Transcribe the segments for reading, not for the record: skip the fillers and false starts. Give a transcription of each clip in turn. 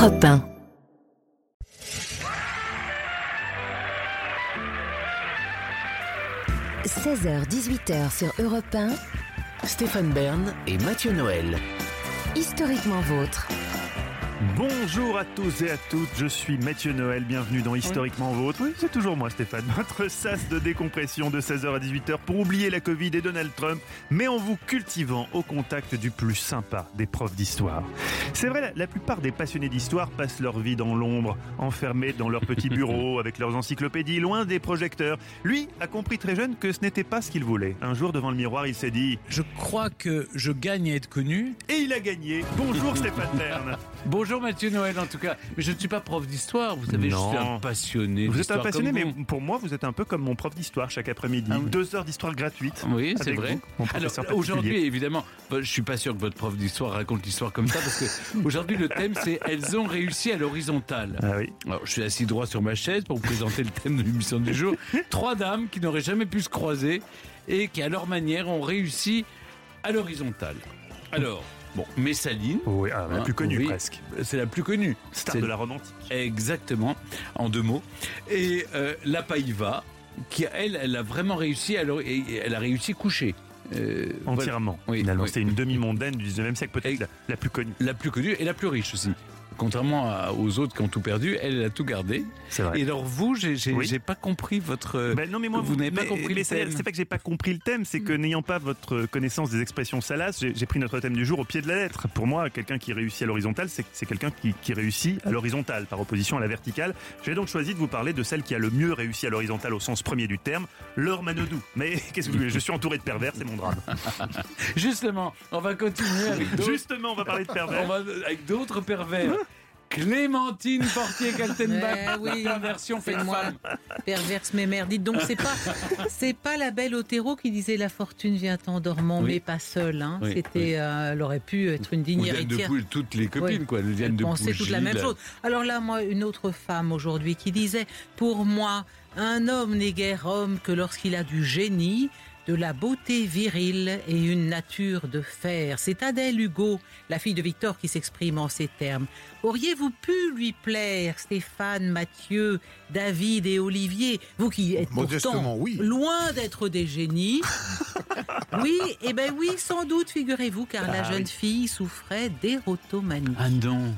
Europe 1. « 16h-18h sur Europe 1, Stéphane Bern et Mathieu Noël. Historiquement vôtre. Bonjour à tous et à toutes, je suis Mathieu Noël, bienvenue dans Historiquement Vôtre. Oui, c'est toujours moi Stéphane, votre sas de décompression de 16h à 18h pour oublier la Covid et Donald Trump, mais en vous cultivant au contact du plus sympa des profs d'histoire. C'est vrai, la plupart des passionnés d'histoire passent leur vie dans l'ombre, enfermés dans leur petit bureau avec leurs encyclopédies, loin des projecteurs. Lui a compris très jeune que ce n'était pas ce qu'il voulait. Un jour devant le miroir, il s'est dit « Je crois que je gagne à être connu. » Et il a gagné. Bonjour Stéphane Bern. Bonjour Mathieu Noël en tout cas, mais je ne suis pas prof d'histoire, vous savez, Non. je suis un passionné Vous êtes un d'histoire passionné, comme mais vous. pour moi, vous êtes un peu comme mon prof d'histoire chaque après-midi. Ah oui. 2 heures d'histoire gratuite. Oui, c'est avec vrai. vous, mon Alors professeur aujourd'hui, particulier. évidemment, je suis pas sûr que votre prof d'histoire raconte l'histoire comme ça, parce que aujourd'hui le thème c'est « Elles ont réussi à l'horizontale ». Ah oui. Alors, je suis assis droit sur ma chaise pour vous présenter le thème de l'émission du jour. 3 dames qui n'auraient jamais pu se croiser et qui, à leur manière, ont réussi à l'horizontale. Alors, bon, Messaline. Oui, la plus connue Oui, presque. C'est la plus connue. Star C'est de la Rome antique. Exactement, en 2 mots. Et la Païva, qui elle a vraiment réussi, elle a réussi couchée. Entièrement. Oui, Finalement, oui. c'était une demi-mondaine du 19e siècle, peut-être Et- la plus connue. La plus connue et la plus riche aussi. Contrairement aux autres qui ont tout perdu, elle a tout gardé. C'est vrai. Et alors vous, j'ai Oui. pas compris votre... Ben non, mais moi, vous n'avez pas compris mais le c'est thème. pas que j'ai pas compris le thème, c'est que n'ayant pas votre connaissance des expressions salaces, j'ai pris notre thème du jour au pied de la lettre. Pour moi, quelqu'un qui réussit à l'horizontale, c'est quelqu'un qui réussit à l'horizontale, par opposition à la verticale. J'ai donc choisi de vous parler de celle qui a le mieux réussi à l'horizontale au sens premier du terme, Laure Manodou. Mais qu'est-ce que vous voulez, je suis entouré de pervers, c'est mon drame. Justement, on va continuer avec d'autres... Justement, on va parler de pervers. On va avec d'autres pervers. Clémentine Portier-Kaltenbach, Oui, la version fait c'est moi, femme. perverse mémère. Dites donc, c'est pas la belle Otero qui disait la fortune vient en dormant, Oui. mais pas seule. Hein. Oui, C'était, elle aurait pu être une digne Ou Diane de héritière. Pouille, toutes les copines, Oui. quoi. Le Diane Elle de pensait toute la Pougy, même chose. Alors là, moi, une autre femme aujourd'hui qui disait, pour moi, un homme n'est guère homme que lorsqu'il a du génie, de la beauté virile et une nature de fer. C'est Adèle Hugo, la fille de Victor, qui s'exprime en ces termes. Auriez-vous pu lui plaire, Stéphane, Mathieu, David et Olivier, vous qui êtes Modestement, pourtant oui. loin d'être des génies? Oui, eh ben oui, sans doute, figurez-vous, car la jeune fille souffrait d'érotomanie. Ah non.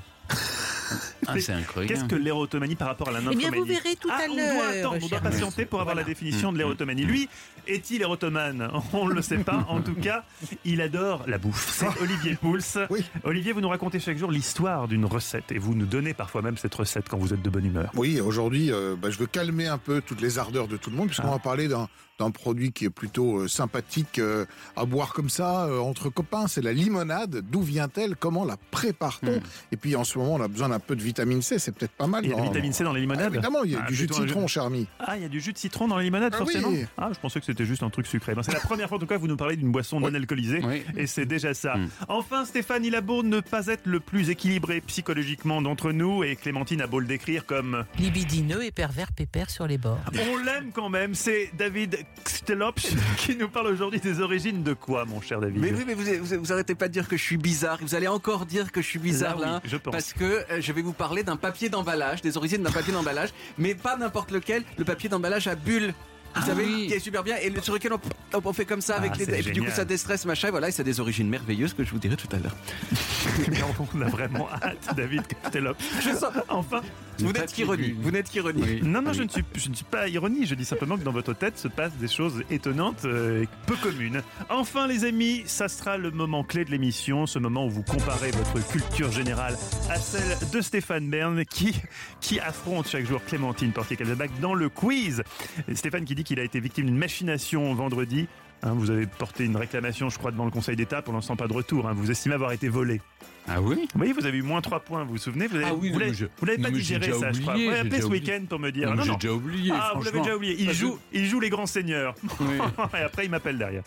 Ah, c'est incroyable. Qu'est-ce que l'érotomanie par rapport à la Eh nymphomanie? bien, vous verrez tout à on doit l'heure. attendre, on doit cher patienter pour avoir Voilà. la définition de l'érotomanie. Lui, est-il érotomane? On ne le sait pas. En tout cas, il adore la bouffe. C'est Olivier Pouls. Oui. Olivier, vous nous racontez chaque jour l'histoire d'une recette et vous nous donnez parfois même cette recette quand vous êtes de bonne humeur. Oui, aujourd'hui, je veux calmer un peu toutes les ardeurs de tout le monde, puisqu'on va parler d'un produit qui est plutôt sympathique à boire comme ça, entre copains. C'est la limonade. D'où vient-elle? Comment la prépare-t-on? Et puis, en ce moment, on a besoin d'un peu de vitamine C. C'est peut-être pas mal. Il y a de la vitamine C dans les Ah, limonades? évidemment, il y a Ah, du jus de plutôt un citron, cher ami. Ah, il y a du jus de citron dans les limonades, Ah forcément? oui. Ah, je pensais que c'était juste un truc sucré. Ben, c'est la première fois, en tout cas, que vous nous parlez d'une boisson non alcoolisée. Oui. Et c'est déjà ça. Enfin, Stéphane, il a beau ne pas être le plus équilibré psychologiquement d'entre nous, et Clémentine a beau le décrire comme... Libidineux et pervers pépère sur les bords. On l'aime quand même, c'est David Kstelopch qui nous parle aujourd'hui des origines de quoi, mon cher David? Mais oui, mais vous arrêtez pas de dire que je suis bizarre. Vous allez encore dire que je suis bizarre Là, là, oui, je pense. parce que je vais vous parler d'un papier d'emballage, des origines d'un papier d'emballage, mais pas n'importe lequel, le papier d'emballage à bulles. Vous savez, oui. qui est super bien et sur lequel on fait comme ça avec Ah, les c'est et puis du coup génial. ça déstresse machin et voilà et ça a des origines merveilleuses que je vous dirai tout à l'heure. Mais on a vraiment hâte, David Kstelopch. Enfin, Vous Le n'êtes papier qu'ironie, bulle. vous n'êtes qu'ironie. Oui. non, Oui. je ne suis pas ironie, je dis simplement que dans votre tête se passent des choses étonnantes et peu communes. Enfin, les amis, ça sera le moment clé de l'émission, ce moment où vous comparez votre culture générale à celle de Stéphane Bern qui affronte chaque jour Clémentine Portier-Kaltenbach dans le quiz. Stéphane qui dit qu'il a été victime d'une machination vendredi. Hein, vous avez porté une réclamation, je crois, devant le Conseil d'État. Pour l'instant, pas de retour. Hein. Vous estimez avoir été volé. Ah oui? Oui, vous avez eu moins 3 points, vous vous souvenez? Vous avez, Ah oui, vous non, l'avez mais je- vous l'avez non, pas mais j'ai digéré, déjà ça, je crois. oublié, Vous j'ai appelé déjà ce oublié. week-end pour me dire. Non, mais Non, j'ai non. déjà oublié, Ah, vous l'avez franchement. déjà oublié. Il joue les grands seigneurs. Oui. Et après, il m'appelle derrière.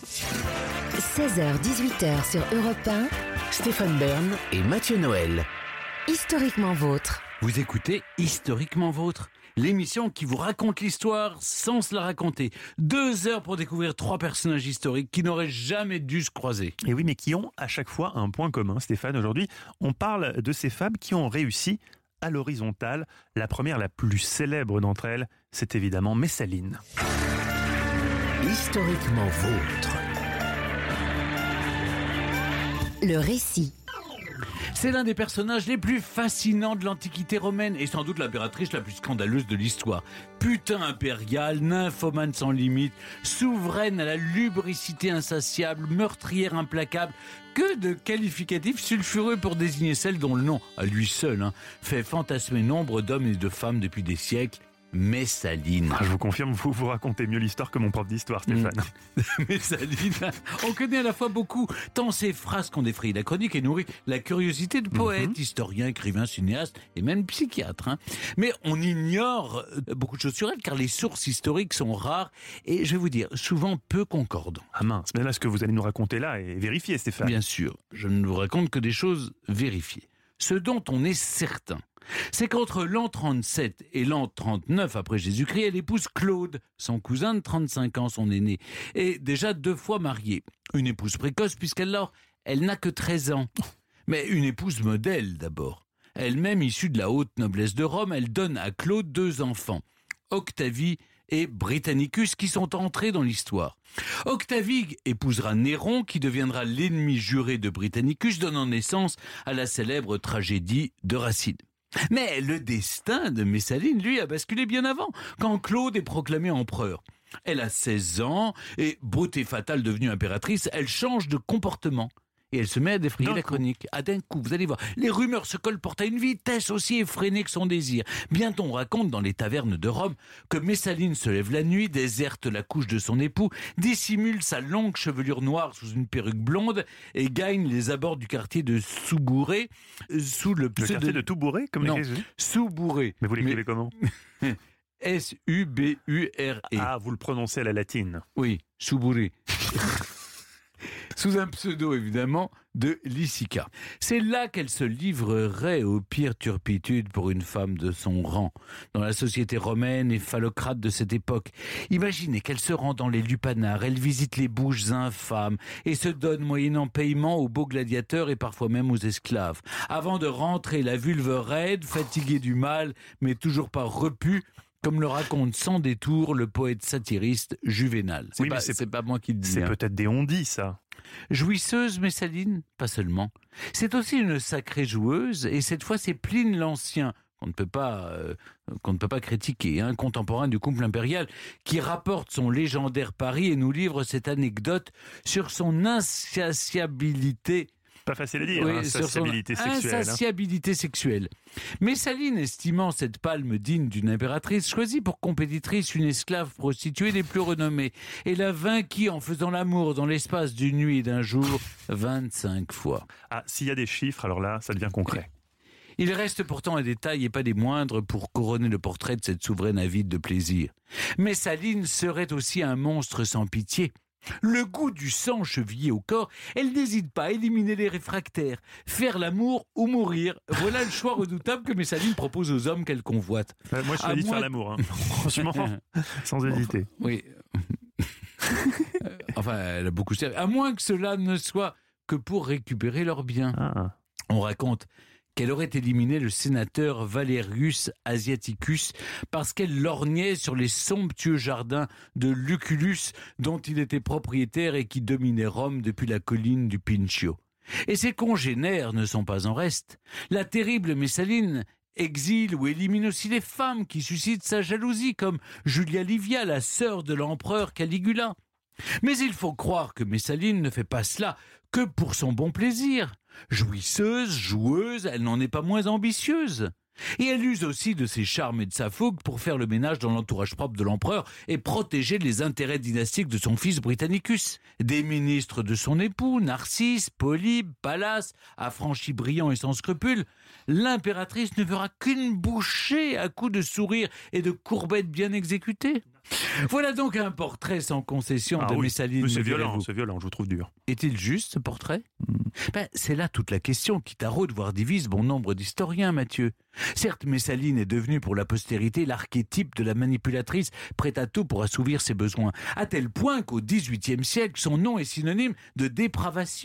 16h-18h sur Europe 1, Stéphane Bern et Mathieu Noël. historiquement vôtre. Vous écoutez Historiquement Vôtre, l'émission qui vous raconte l'histoire sans se la raconter. 2 heures pour découvrir 3 personnages historiques qui n'auraient jamais dû se croiser. Et oui, mais qui ont à chaque fois un point commun, Stéphane. Aujourd'hui, on parle de ces femmes qui ont réussi à l'horizontale. La première, la plus célèbre d'entre elles, c'est évidemment Messaline. Historiquement vôtre. Le récit. C'est l'un des personnages les plus fascinants de l'Antiquité romaine et sans doute l'impératrice la plus scandaleuse de l'histoire. Putain impériale, nymphomane sans limite, souveraine à la lubricité insatiable, meurtrière implacable. Que de qualificatifs sulfureux pour désigner celle dont le nom, à lui seul, fait fantasmer nombre d'hommes et de femmes depuis des siècles. Messaline. Je vous confirme, vous racontez mieux l'histoire que mon prof d'histoire, Stéphane. Messaline, on connaît à la fois beaucoup, tant ses phrases qu'on défraye la chronique et nourrit la curiosité de poètes, historiens, écrivains, cinéastes et même psychiatres. Mais on ignore beaucoup de choses sur elle car les sources historiques sont rares et je vais vous dire, souvent peu concordantes. Ah mince, mais là, ce que vous allez nous raconter là est vérifié, Stéphane. Bien sûr, je ne vous raconte que des choses vérifiées. Ce dont on est certain, c'est qu'entre l'an 37 et l'an 39 après Jésus-Christ, elle épouse Claude, son cousin de 35 ans, son aîné, et déjà 2 fois mariée. Une épouse précoce puisqu'elle n'a que 13 ans. Mais une épouse modèle d'abord. Elle-même issue de la haute noblesse de Rome, elle donne à Claude 2 enfants, Octavie et Britannicus, qui sont entrés dans l'histoire. Octavie épousera Néron, qui deviendra l'ennemi juré de Britannicus, donnant naissance à la célèbre tragédie de Racine. Mais le destin de Messaline, lui, a basculé bien avant, quand Claude est proclamé empereur. Elle a 16 ans, et beauté fatale devenue impératrice, elle change de comportement. Et elle se met à défrayer la chronique. Ah, d'un coup, vous allez voir, les rumeurs se colportent à une vitesse aussi effrénée que son désir. Bientôt, on raconte dans les tavernes de Rome que Messaline se lève la nuit, déserte la couche de son époux, dissimule sa longue chevelure noire sous une perruque blonde et gagne les abords du quartier de Soubouré sous le pseudo... Le quartier de Toubouré, comme Non, les Jésus. Soubouré. Mais vous l'écrivez comment? S-U-B-U-R-E. Ah, vous le prononcez à la latine. Oui, Soubouré. Sous un pseudo, évidemment, de Lysica. C'est là qu'elle se livrerait aux pires turpitudes pour une femme de son rang, dans la société romaine et phallocrate de cette époque. Imaginez qu'elle se rend dans les lupanars, elle visite les bouches infâmes et se donne moyennant paiement aux beaux gladiateurs et parfois même aux esclaves. Avant de rentrer la vulve raide, fatiguée du mal, mais toujours pas repue, comme le raconte sans détour le poète satiriste Juvénal. C'est pas moi qui le dis. C'est peut-être des on-dit, ça. Jouisseuse, Messaline, pas seulement. C'est aussi une sacrée joueuse, et cette fois c'est Pline l'Ancien, qu'on ne peut pas critiquer, contemporain du couple impérial, qui rapporte son légendaire pari et nous livre cette anecdote sur son insatiabilité. Pas facile à dire, insatiabilité sexuelle. Messaline, estimant cette palme digne d'une impératrice, choisit pour compétitrice une esclave prostituée des plus renommées et la vainquit en faisant l'amour dans l'espace d'une nuit et d'un jour 25 fois. Ah, s'il y a des chiffres, alors là, ça devient concret. Il reste pourtant un détail et pas des moindres pour couronner le portrait de cette souveraine avide de plaisir. Messaline serait aussi un monstre sans pitié. Le goût du sang chevillé au corps, elle n'hésite pas à éliminer les réfractaires, faire l'amour ou mourir. Voilà le choix redoutable que Messaline propose aux hommes qu'elle convoite. Moi, je choisis de faire l'amour, franchement, sans hésiter. Oui. Enfin, elle a beaucoup servi. À moins que cela ne soit que pour récupérer leurs biens. Ah. On raconte qu'elle aurait éliminé le sénateur Valerius Asiaticus parce qu'elle lorgnait sur les somptueux jardins de Lucullus dont il était propriétaire et qui dominait Rome depuis la colline du Pincio. Et ses congénères ne sont pas en reste. La terrible Messaline exile ou élimine aussi les femmes qui suscitent sa jalousie, comme Julia Livia, la sœur de l'empereur Caligula. Mais il faut croire que Messaline ne fait pas cela que pour son bon plaisir. Jouisseuse, joueuse, elle n'en est pas moins ambitieuse. Et elle use aussi de ses charmes et de sa fougue pour faire le ménage dans l'entourage propre de l'empereur et protéger les intérêts dynastiques de son fils Britannicus. Des ministres de son époux, Narcisse, Polybe, Pallas, affranchi brillant et sans scrupules, l'impératrice ne fera qu'une bouchée à coups de sourires et de courbettes bien exécutées. Voilà donc un portrait sans concession de Messaline. C'est violent, je vous trouve dur. Est-il juste, ce portrait ? C'est là toute la question qui taraude, voire divise bon nombre d'historiens, Mathieu. Certes, Messaline est devenue pour la postérité l'archétype de la manipulatrice prête à tout pour assouvir ses besoins, à tel point qu'au XVIIIe siècle, son nom est synonyme de dépravation.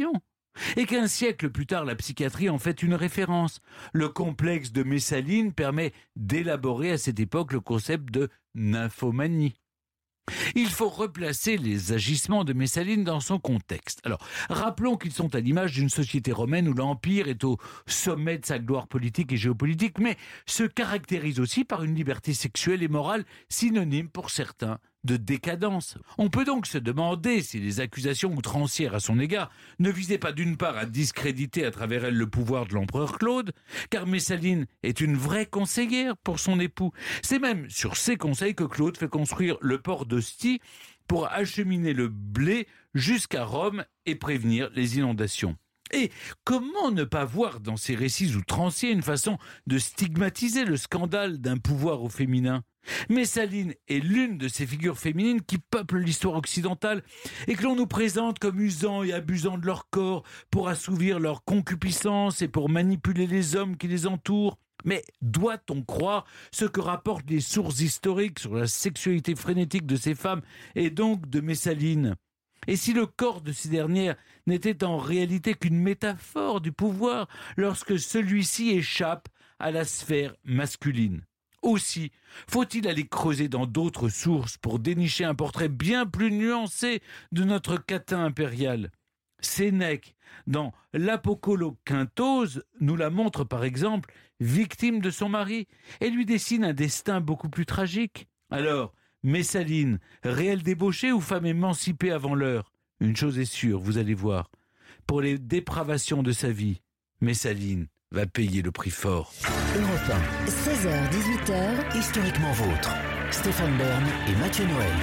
Et qu'un siècle plus tard, la psychiatrie en fait une référence. Le complexe de Messaline permet d'élaborer à cette époque le concept de nymphomanie. Il faut replacer les agissements de Messaline dans son contexte. Alors, rappelons qu'ils sont à l'image d'une société romaine où l'Empire est au sommet de sa gloire politique et géopolitique, mais se caractérise aussi par une liberté sexuelle et morale synonyme pour certains de décadence. On peut donc se demander si les accusations outrancières à son égard ne visaient pas d'une part à discréditer à travers elle le pouvoir de l'empereur Claude, car Messaline est une vraie conseillère pour son époux. C'est même sur ses conseils que Claude fait construire le port d'Ostie pour acheminer le blé jusqu'à Rome et prévenir les inondations. Et comment ne pas voir dans ces récits outranciers une façon de stigmatiser le scandale d'un pouvoir au féminin ? Messaline est l'une de ces figures féminines qui peuplent l'histoire occidentale et que l'on nous présente comme usant et abusant de leur corps pour assouvir leur concupiscence et pour manipuler les hommes qui les entourent. Mais doit-on croire ce que rapportent les sources historiques sur la sexualité frénétique de ces femmes et donc de Messaline ? Et si le corps de ces dernières n'était en réalité qu'une métaphore du pouvoir lorsque celui-ci échappe à la sphère masculine ? Aussi, faut-il aller creuser dans d'autres sources pour dénicher un portrait bien plus nuancé de notre catin impérial ? Sénèque, dans l'Apokoloquintose, nous la montre par exemple victime de son mari et lui dessine un destin beaucoup plus tragique. Alors, Messaline, réelle débauchée ou femme émancipée avant l'heure ? Une chose est sûre, vous allez voir, pour les dépravations de sa vie, Messaline va payer le prix fort. Europe 1, 16h-18h, historiquement vôtre. Stéphane Bern et Mathieu Noël.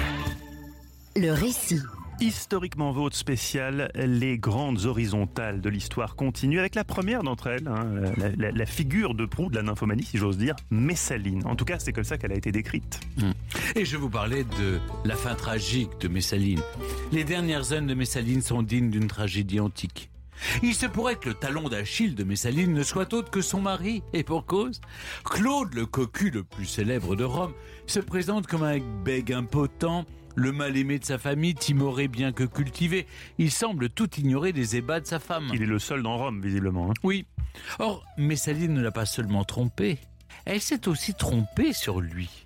le récit. Historiquement vôtre spécial, les grandes horizontales de l'histoire continuent avec la première d'entre elles, la figure de proue de la nymphomanie, si j'ose dire, Messaline. En tout cas, c'est comme ça qu'elle a été décrite. Et je vous parlais de la fin tragique de Messaline. Les dernières années de Messaline sont dignes d'une tragédie antique. Il se pourrait que le talon d'Achille de Messaline ne soit autre que son mari, et pour cause. Claude, le cocu le plus célèbre de Rome, se présente comme un bègue impotent, le mal-aimé de sa famille, timoré bien que cultivé. Il semble tout ignorer des ébats de sa femme. Il est le seul dans Rome, visiblement. Oui. Or, Messaline ne l'a pas seulement trompé, elle s'est aussi trompée sur lui.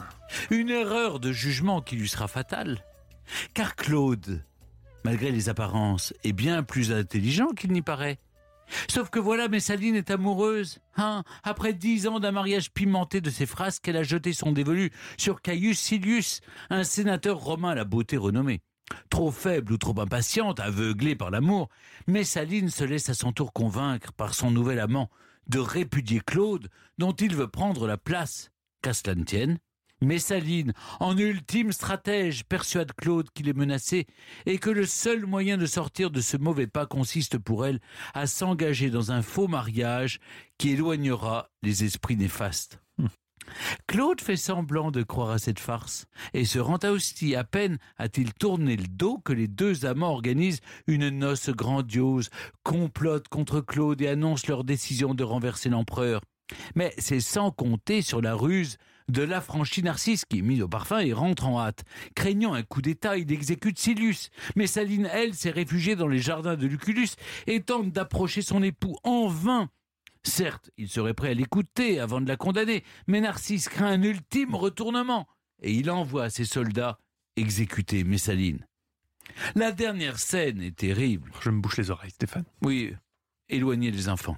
Une erreur de jugement qui lui sera fatale. Car Claude, malgré les apparences, est bien plus intelligent qu'il n'y paraît. Sauf que voilà, Messaline est amoureuse. Après 10 ans d'un mariage pimenté de ses frasques, elle a jeté son dévolu sur Caius Silius, un sénateur romain à la beauté renommée. Trop faible ou trop impatiente, aveuglée par l'amour, Messaline se laisse à son tour convaincre par son nouvel amant de répudier Claude, dont il veut prendre la place. Qu'à cela ne tienne, Messaline, en ultime stratège, persuade Claude qu'il est menacé et que le seul moyen de sortir de ce mauvais pas consiste pour elle à s'engager dans un faux mariage qui éloignera les esprits néfastes. Claude fait semblant de croire à cette farce et se rend à Ostie. À peine a-t-il tourné le dos que les deux amants organisent une noce grandiose, complotent contre Claude et annoncent leur décision de renverser l'empereur. Mais c'est sans compter sur la ruse de l'affranchi Narcisse qui est mis au parfum et rentre en hâte. Craignant un coup d'état, il exécute Silius. Messaline, elle, s'est réfugiée dans les jardins de Lucullus et tente d'approcher son époux en vain. Certes, il serait prêt à l'écouter avant de la condamner, mais Narcisse craint un ultime retournement et il envoie ses soldats exécuter Messaline. La dernière scène est terrible. Je me bouche les oreilles, Stéphane. Oui, éloignez les enfants.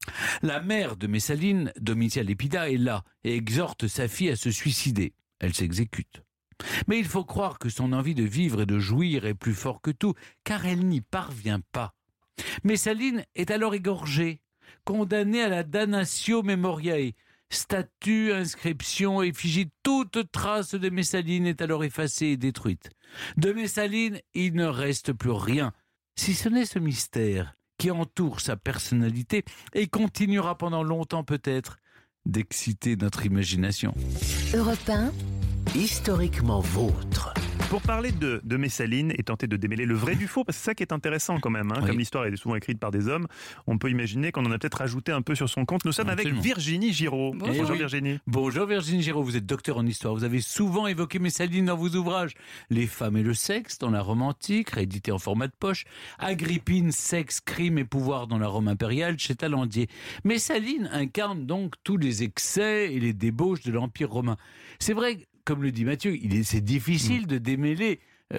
La mère de Messaline, Domitia Lepida, est là et exhorte sa fille à se suicider. Elle s'exécute. Mais il faut croire que son envie de vivre et de jouir est plus fort que tout, car elle n'y parvient pas. Messaline est alors égorgée, condamnée à la damnatio memoriae. Statue, inscription, effigie, toute trace de Messaline est alors effacée et détruite. De Messaline, il ne reste plus rien, si ce n'est ce mystère qui entoure sa personnalité et continuera pendant longtemps peut-être d'exciter notre imagination. Europe 1, historiquement vôtre. Pour parler de Messaline et tenter de démêler le vrai du faux, parce que c'est ça qui est intéressant quand même, Oui. comme l'histoire est souvent écrite par des hommes, on peut imaginer qu'on en a peut-être rajouté un peu sur son compte. Nous sommes Absolument. avec Virginie Giraud. Bonjour. Bonjour Oui. Virginie. Bonjour Virginie Giraud, vous êtes docteur en histoire. Vous avez souvent évoqué Messaline dans vos ouvrages. Les femmes et le sexe dans la Rome antique, réédité en format de poche. Agrippine, sexe, crime et pouvoir dans la Rome impériale, chez Talandier. Messaline incarne donc tous les excès et les débauches de l'Empire romain. C'est vrai, comme le dit Mathieu, c'est difficile de démêler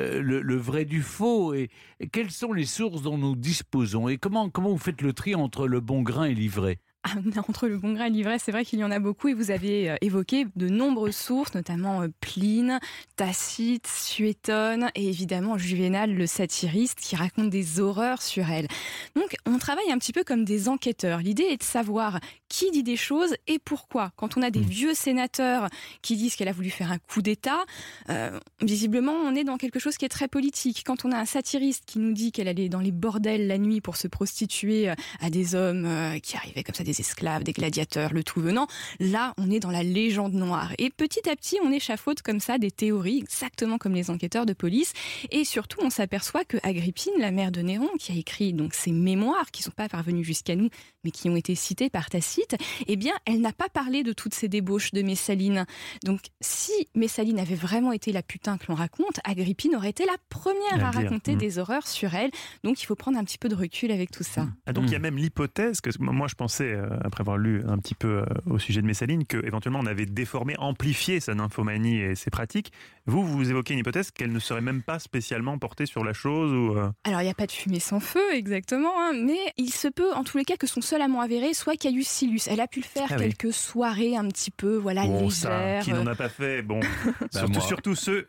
le vrai du faux. Et quelles sont les sources dont nous disposons? Et comment vous faites le tri entre le bon grain et l'ivraie? Entre le bon grain et l'ivraie, c'est vrai qu'il y en a beaucoup et vous avez évoqué de nombreuses sources, notamment Pline, Tacite, Suétone et évidemment Juvénal, le satiriste, qui raconte des horreurs sur elle. Donc on travaille un petit peu comme des enquêteurs. L'idée est de savoir qui dit des choses et pourquoi. Quand on a des vieux sénateurs qui disent qu'elle a voulu faire un coup d'État, visiblement on est dans quelque chose qui est très politique. Quand on a un satiriste qui nous dit qu'elle allait dans les bordels la nuit pour se prostituer à des hommes qui arrivaient comme ça, des esclaves, des gladiateurs, le tout venant, là on est dans la légende noire. Et petit à petit on échafaude comme ça des théories, exactement comme les enquêteurs de police. Et surtout on s'aperçoit que Agrippine, la mère de Néron, qui a écrit donc ses mémoires, qui ne sont pas parvenues jusqu'à nous, mais qui ont été citées par Tacite, eh bien elle n'a pas parlé de toutes ces débauches de Messaline. Donc si Messaline avait vraiment été la putain que l'on raconte, Agrippine aurait été la première à raconter des horreurs sur elle. Donc il faut prendre un petit peu de recul avec tout ça. Ah, donc il y a même l'hypothèse que moi je pensais, après avoir lu un petit peu au sujet de Messaline, qu'éventuellement on avait déformé, amplifié sa nymphomanie et ses pratiques. Vous évoquez une hypothèse qu'elle ne serait même pas spécialement portée sur la chose ou Alors il n'y a pas de fumée sans feu exactement, mais il se peut en tous les cas que son seul amant avéré soit Caius Silius. Elle a pu le faire quelques soirées un petit peu bon, légères. Ça, qui n'en a pas fait, bon, surtout ceux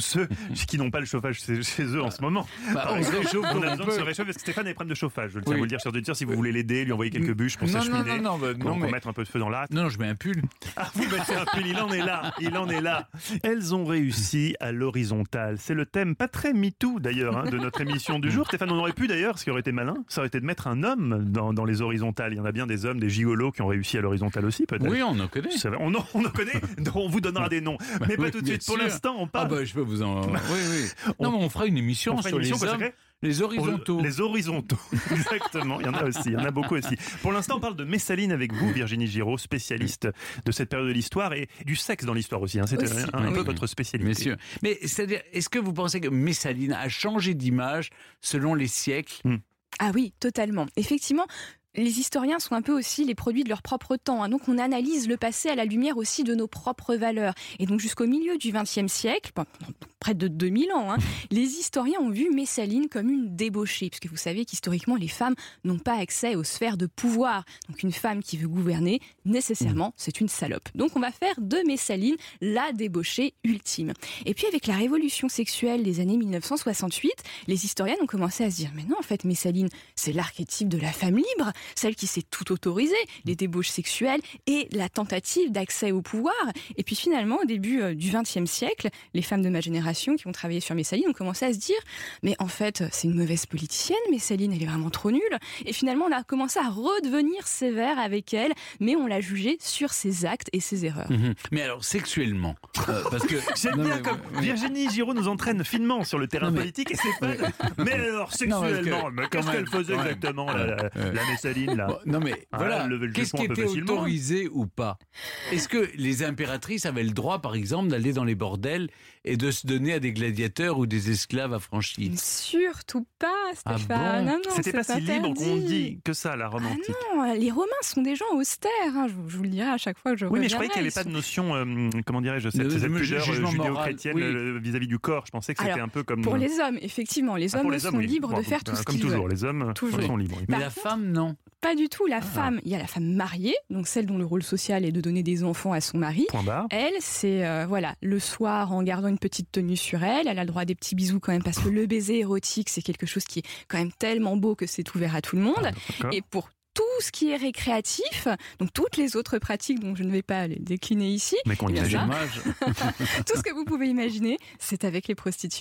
qui n'ont pas le chauffage chez eux en ce moment. On se réchauffe On comme a on besoin de se peut. réchauffer parce que Stéphane a des problèmes de chauffage. Je tiens à Oui. vous le dire, sur Twitter, si vous voulez l'aider, lui envoyer quelques bûches pour sa cheminée. Non, Pour mais... mettre un peu de feu dans l'âtre. Non, je mets un pull. Ah, vous mettez un pull, il en est là. Elles ont réussi à l'horizontale. C'est le thème, pas très MeToo d'ailleurs, de notre émission du jour. Stéphane, on aurait pu d'ailleurs, ce qui aurait été malin, ça aurait été de mettre un homme dans les horizontales. Il y en a bien des hommes, des gigolos qui ont réussi à l'horizontale aussi, peut-être. Oui, on en connaît. On en connaît, on vous donnera des noms. Mais pas oui, tout de bien suite. Pour sûr. l'instant, on parle. Ah bah je peux vous en... Oui. Non, mais on fera une émission sur les hommes. Les horizontaux. Les horizontaux, exactement. Il y en a aussi, il y en a beaucoup aussi. Pour l'instant, on parle de Messaline avec vous, Virginie Giraud, spécialiste de cette période de l'histoire et du sexe dans l'histoire aussi. C'était Aussi. un peu Oui. votre spécialité. Messieurs. Mais c'est-à-dire, est-ce que vous pensez que Messaline a changé d'image selon les siècles? Ah oui, totalement. Effectivement, les historiens sont un peu aussi les produits de leur propre temps. Donc on analyse le passé à la lumière aussi de nos propres valeurs. Et donc jusqu'au milieu du XXe siècle, près de 2000 ans, les historiens ont vu Messaline comme une débauchée. Puisque vous savez qu'historiquement, les femmes n'ont pas accès aux sphères de pouvoir. Donc une femme qui veut gouverner, nécessairement, c'est une salope. Donc on va faire de Messaline la débauchée ultime. Et puis avec la révolution sexuelle des années 1968, les historiennes ont commencé à se dire « Mais non, en fait, Messaline, c'est l'archétype de la femme libre, celle qui s'est tout autorisée, les débauches sexuelles et la tentative d'accès au pouvoir. » Et puis finalement, au début du XXe siècle, les femmes de ma génération qui ont travaillé sur Messaline ont commencé à se dire « Mais en fait, c'est une mauvaise politicienne, Messaline, elle est vraiment trop nulle. » Et finalement, on a commencé à redevenir sévère avec elle, mais on l'a jugée sur ses actes et ses erreurs. Mais alors, sexuellement, parce que... J'aime Non, bien mais- comme oui. Virginie Giraud nous entraîne finement sur le terrain Non, mais- politique et c'est pas... Mais alors, sexuellement, mais qu'est-ce quand qu'elle même, faisait quand même. exactement, la Messaline, là? Bon, non mais Ah, voilà, lever le qu'est-ce jupon qui un peu était facilement. autorisé ou pas? Est-ce que les impératrices avaient le droit, par exemple, d'aller dans les bordels et de se donner à des gladiateurs ou des esclaves affranchis? Surtout pas, Ah Stéphane. bon Non, non, C'était c'est pas si libre qu'on interdit. dit que ça, la Rome antique. Non, les Romains sont des gens austères. Je vous le dirai à chaque fois que je Oui, mais reviendrai. je croyais qu'il n'y avait pas de notion, comment dirais-je, cette pudeur jugement moral, judéo-chrétienne oui. vis-à-vis du corps. Je pensais que c'était Alors, un peu comme... Pour les hommes, effectivement, les hommes pour eux, les hommes, sont oui. libres Bon, de faire tout ce comme qu'ils toujours, veulent. les hommes Toujours. sont libres. Mais Par la contre- femme, non. Pas du tout. La femme, il y a la femme mariée, donc celle dont le rôle social est de donner des enfants à son mari. Point barre. Elle, c'est le soir, en gardant une petite tenue sur elle, elle a le droit à des petits bisous quand même, parce que le baiser érotique, c'est quelque chose qui est quand même tellement beau que c'est ouvert à tout le monde. D'accord. Et pour tout ce qui est récréatif, donc toutes les autres pratiques dont je ne vais pas les décliner ici, Mais qu'on Eh bien, imagine. ça, Dommage. tout ce que vous pouvez imaginer, c'est avec les prostituées.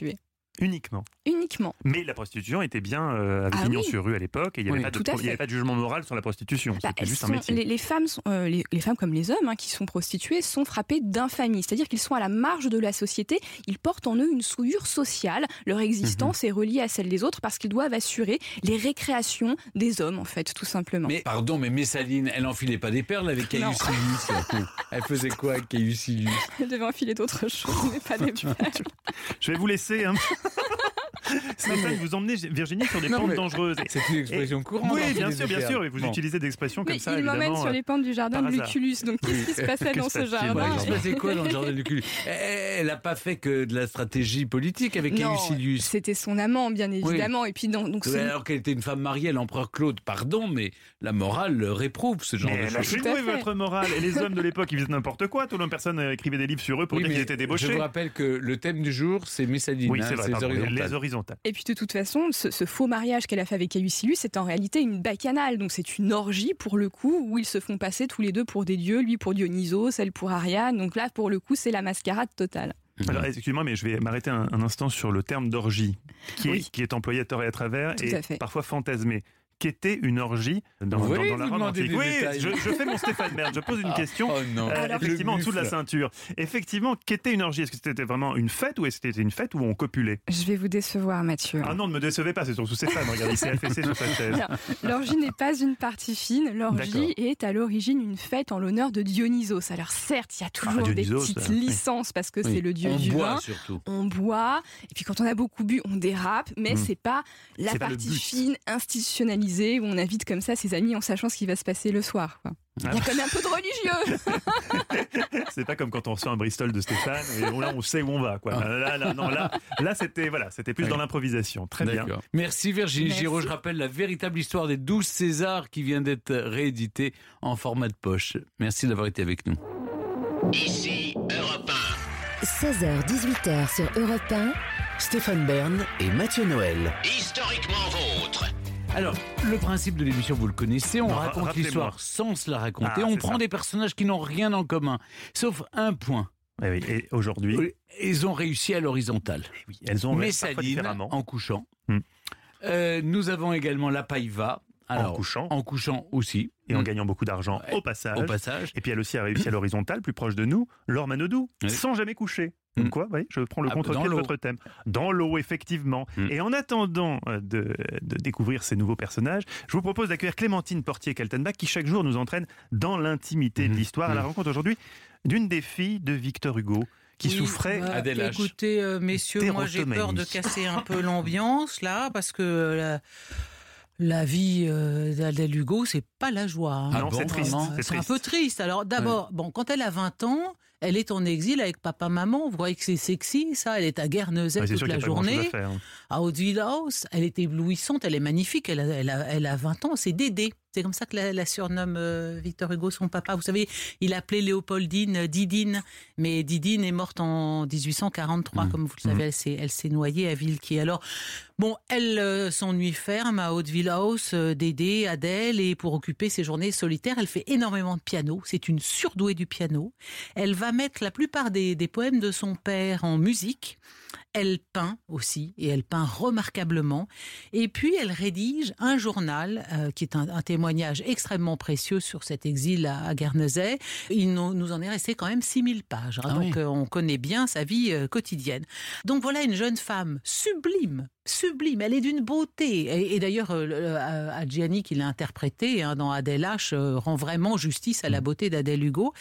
Uniquement. Mais la prostitution était bien avec pignon sur rue à l'époque et il n'y avait, pas de jugement moral sur la prostitution. C'était juste un métier. Les femmes comme les hommes qui sont prostituées sont frappés d'infamie. C'est-à-dire qu'ils sont à la marge de la société. Ils portent en eux une souillure sociale. Leur existence est reliée à celle des autres parce qu'ils doivent assurer les récréations des hommes, en fait, tout simplement. Mais pardon, mais Messaline, elle enfilait pas des perles avec Caius Silius. Elle faisait quoi avec Caius Silius? Elle devait enfiler d'autres choses, mais pas des perles. Je vais vous laisser. Stéphane, vous emmenez Virginie sur des pentes dangereuses. C'est une expression courante. Oui, bien sûr. Et vous utilisez des expressions comme ça, il évidemment. m'emmène sur les pentes du jardin de Lucullus. Donc, qu'est-ce qui se passait dans ce jardin? Il se passait quoi dans le jardin de Lucullus? Elle n'a pas fait que de la stratégie politique avec Caius Silius. C'était son amant, bien évidemment. Oui. Et puis, alors qu'elle était une femme mariée, l'empereur Claude, pardon, mais la morale le réprouve, ce genre de choses. Lâchez-vous votre morale. Et les hommes de l'époque, ils faisaient n'importe quoi. Tout le monde, personne écrivait des livres sur eux pour dire qu'ils étaient débauchés. Je vous rappelle que le thème du jour, c'est Messaline. Oui, c'est vrai, les horizontales. Et puis de toute façon, ce faux mariage qu'elle a fait avec Caius Silius, c'est en réalité une bacchanale. Donc c'est une orgie pour le coup, où ils se font passer tous les deux pour des dieux, lui pour Dionysos, elle pour Ariane. Donc là, pour le coup, c'est la mascarade totale. Alors, excusez-moi, mais je vais m'arrêter un instant sur le terme d'orgie, qui est employé à tort et à travers, et parfois fantasmé. Qu'était une orgie dans la Rome antique? Oui, je fais mon Stéphane Bern, je pose une question, effectivement, en dessous de la ceinture. Effectivement, qu'était une orgie? Est-ce que c'était vraiment une fête ou est-ce que c'était une fête où on copulait? Je vais vous décevoir, Mathieu. Ah non, ne me décevez pas, c'est surtout Stéphane, regardez, il s'est affaissé sur sa chaise. L'orgie n'est pas une partie fine, l'orgie est à l'origine une fête en l'honneur de Dionysos. Alors certes, il y a toujours des petites licences parce que c'est le dieu du vin. On boit, et puis quand on a beaucoup bu, on dérape, mais c'est pas la partie fine, institutionnalisée, où on invite comme ça ses amis en sachant ce qui va se passer le soir. Il y a quand même un peu de religieux. C'est pas comme quand on reçoit un Bristol de Stéphane et là on sait où on va. Là c'était plus dans l'improvisation. Très bien. Merci Virginie Giraud. Je rappelle la véritable histoire des 12 Césars qui vient d'être rééditée en format de poche. Merci d'avoir été avec nous. Ici Europe 1. 16h-18h sur Europe 1. Stéphane Bern et Mathieu Noël. Historiquement vôtre. Alors, le principe de l'émission, vous le connaissez, on raconte l'histoire sans se la raconter, on prend des personnages qui n'ont rien en commun, sauf un point. Oui, et aujourd'hui, ils ont réussi à l'horizontale. Oui, elles ont Messaline en couchant. Nous avons également la Païva. Alors, en couchant aussi. Et en gagnant beaucoup d'argent au passage. Et puis elle aussi a réussi à l'horizontale, plus proche de nous, Laure Manodou, sans jamais coucher. Donc quoi, je prends le contre-pied de votre thème. Dans l'eau, effectivement. Et en attendant de découvrir ces nouveaux personnages, je vous propose d'accueillir Clémentine Portier-Kaltenbach qui chaque jour nous entraîne dans l'intimité de l'histoire. À la rencontre aujourd'hui d'une des filles de Victor Hugo qui souffrait à des lâches. Écoutez, messieurs, moi j'ai peur de casser un peu l'ambiance là, parce que... La vie d'Adèle Hugo, c'est pas la joie. Non, c'est triste. C'est un peu triste. Alors d'abord, quand elle a 20 ans, elle est en exil avec papa-maman. Vous voyez que c'est sexy, ça. Elle est à Guernesey toute la journée. À Haute-Villehaus, elle est éblouissante, elle est magnifique. Elle a 20 ans, c'est Dédé. C'est comme ça que la surnomme Victor Hugo, son papa. Vous savez, il appelait Léopoldine Didine, mais Didine est morte en 1843, comme vous le savez, elle s'est noyée à Villequier. Alors, elle s'ennuie ferme à Haute-Villehaus, Dédé, Adèle, et pour occuper ses journées solitaires, elle fait énormément de piano. C'est une surdouée du piano. Elle va mettre la plupart des poèmes de son père en musique. Elle peint aussi, et elle peint remarquablement. Et puis, elle rédige un journal qui est un témoignage extrêmement précieux sur cet exil à Guernesey. Il nous en est resté quand même 6000 pages. Donc, on connaît bien sa vie quotidienne. Donc, voilà une jeune femme sublime. Elle est d'une beauté. Et d'ailleurs, Adjiani, qui l'a interprétée dans Adèle H, rend vraiment justice à la beauté d'Adèle Hugo.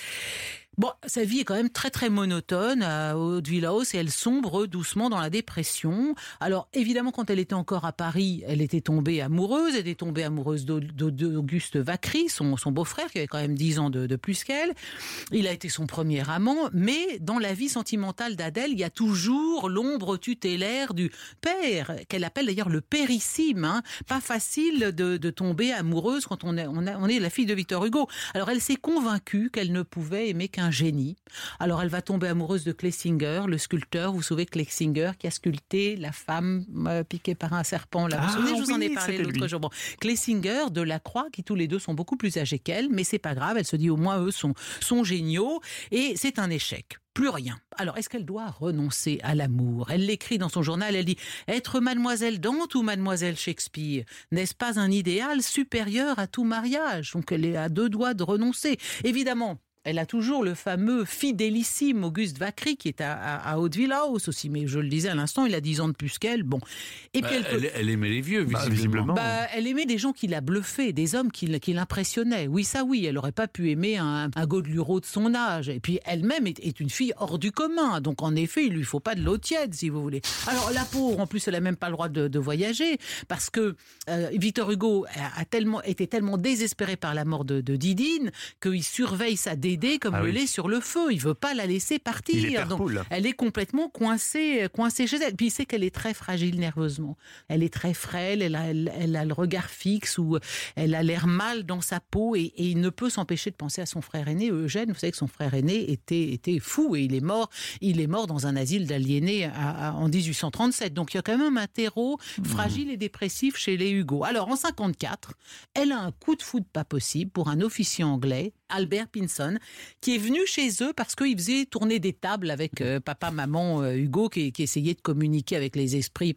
Sa vie est quand même très très monotone à Haute-Villehaus et elle sombre doucement dans la dépression. Alors évidemment, quand elle était encore à Paris, elle était tombée amoureuse d'Auguste Vacry, son beau-frère qui avait quand même 10 ans de plus qu'elle. Il a été son premier amant, mais dans la vie sentimentale d'Adèle, il y a toujours l'ombre tutélaire du père, qu'elle appelle d'ailleurs le périssime. Pas facile de tomber amoureuse quand on est la fille de Victor Hugo. Alors elle s'est convaincue qu'elle ne pouvait aimer qu'un génie. Alors elle va tomber amoureuse de Clesinger, le sculpteur. Vous vous souvenez Clesinger qui a sculpté la femme piquée par un serpent. Là. Vous vous souvenez, je vous en ai parlé l'autre jour. Clesinger, Delacroix, qui tous les deux sont beaucoup plus âgés qu'elle, mais c'est pas grave. Elle se dit au moins eux sont géniaux et c'est un échec. plus rien. Alors, est-ce qu'elle doit renoncer à l'amour ? Elle l'écrit dans son journal, elle dit « Être mademoiselle Dante ou mademoiselle Shakespeare, n'est-ce pas un idéal supérieur à tout mariage ?» Donc, elle est à deux doigts de renoncer. Évidemment, elle a toujours le fameux fidélissime Auguste Vacry qui est à Hauteville House aussi, mais je le disais à l'instant, il a 10 ans de plus qu'elle. Bon. Et puis elle aimait les vieux, visiblement. Elle aimait des gens qui la bluffaient, des hommes qui l'impressionnaient. Oui, ça oui, elle n'aurait pas pu aimer un Godelureau de son âge. Et puis elle-même est une fille hors du commun, donc en effet, il lui faut pas de l'eau tiède, si vous voulez. Alors la pauvre, en plus, elle n'a même pas le droit de voyager, parce que Victor Hugo était tellement désespéré par la mort de Didine qu'il surveille sa Dédé comme le lait sur le feu. Il veut pas la laisser partir. Donc, elle est complètement coincée chez elle. Puis il sait qu'elle est très fragile nerveusement. Elle est très frêle, elle a le regard fixe, ou elle a l'air mal dans sa peau, et il ne peut s'empêcher de penser à son frère aîné, Eugène. Vous savez que son frère aîné était fou, et il est mort dans un asile d'aliénés en 1837. Donc il y a quand même un terreau fragile et dépressif chez les Hugo. Alors en 54, elle a un coup de foudre pas possible pour un officier anglais, Albert Pinson, qui est venu chez eux parce qu'il faisait tourner des tables avec papa, maman, Hugo, qui essayait de communiquer avec les esprits,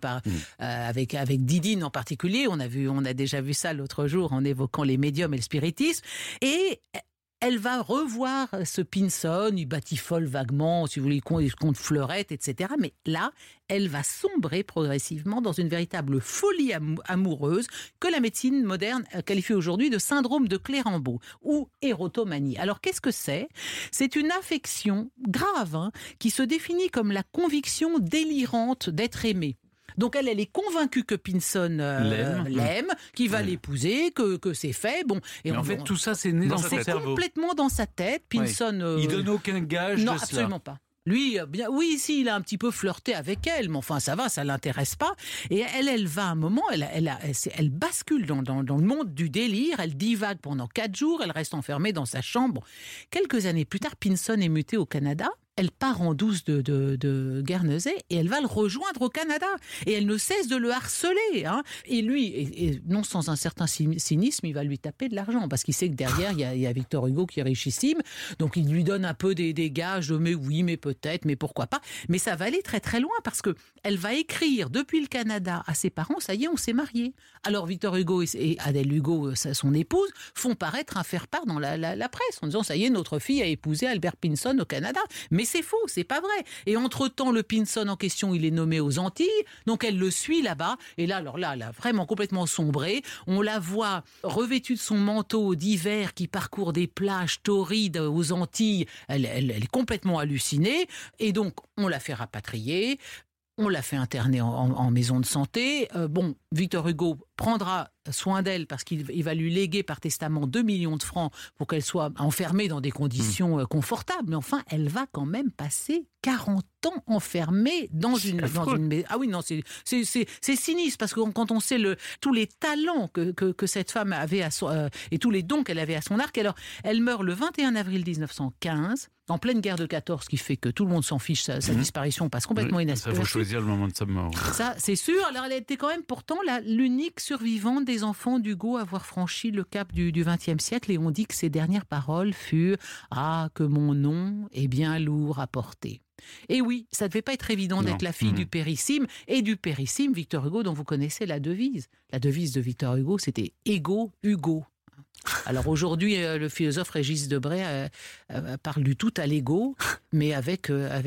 avec Didine en particulier. On a déjà vu ça l'autre jour en évoquant les médiums et le spiritisme. Et elle va revoir ce Pinson, il batifole vaguement, si vous voulez, il compte fleurette, etc. Mais là, elle va sombrer progressivement dans une véritable folie amoureuse que la médecine moderne qualifie aujourd'hui de syndrome de Clérambault ou érotomanie. Alors qu'est-ce que c'est ? C'est une affection grave qui se définit comme la conviction délirante d'être aimé. Donc elle est convaincue que Pinson l'aime, qu'il va l'épouser, que c'est fait. Bon, et en fait, tout ça, c'est né dans son cerveau. C'est complètement dans sa tête. Pinson. Il donne aucun gage de cela. Non, absolument pas. Lui, il a un petit peu flirté avec elle, mais enfin, ça va, ça l'intéresse pas. Et elle va à un moment, elle bascule dans le monde du délire, elle divague pendant 4 jours, elle reste enfermée dans sa chambre. Quelques années plus tard, Pinson est muté au Canada. Elle part en douce de Guernesey et elle va le rejoindre au Canada. Et elle ne cesse de le harceler. Hein. Et lui, et non sans un certain cynisme, il va lui taper de l'argent parce qu'il sait que derrière, il y a Victor Hugo qui est richissime. Donc il lui donne un peu des gages de mais oui, mais peut-être, mais pourquoi pas. Mais ça va aller très très loin parce qu'elle va écrire depuis le Canada à ses parents, ça y est, on s'est mariés. Alors Victor Hugo et Adèle Hugo, son épouse, font paraître un faire-part dans la presse en disant ça y est, notre fille a épousé Albert Pinson au Canada. Mais c'est faux, c'est pas vrai. Et entre-temps, le Pinson en question, il est nommé aux Antilles, donc elle le suit là-bas. Et là, elle a vraiment complètement sombré. On la voit revêtue de son manteau d'hiver qui parcourt des plages torrides aux Antilles. Elle est complètement hallucinée. Et donc, on la fait rapatrier. On l'a fait interner en maison de santé. Victor Hugo prendra soin d'elle parce qu'il va lui léguer par testament 2 millions de francs pour qu'elle soit enfermée dans des conditions confortables. Mais enfin, elle va quand même passer 40 ans enfermée dans une maison. Ah oui, non, c'est sinistre parce que quand on sait tous les talents que cette femme avait et tous les dons qu'elle avait à son arc. Alors, elle meurt le 21 avril 1915. En pleine guerre de 14, ce qui fait que tout le monde s'en fiche, sa disparition passe complètement inaperçue. Ça, faut choisir le moment de sa mort. Ça, c'est sûr. Alors, elle était quand même pourtant l'unique survivante des enfants d'Hugo à avoir franchi le cap du XXe siècle. Et on dit que ses dernières paroles furent « Ah, que mon nom est bien lourd à porter ». Et oui, ça ne devait pas être évident d'être la fille du périssime. Et du périssime, Victor Hugo, dont vous connaissez la devise. La devise de Victor Hugo, c'était « Ego, Hugo ». Alors aujourd'hui, le philosophe Régis Debray parle du tout à l'ego, mais avec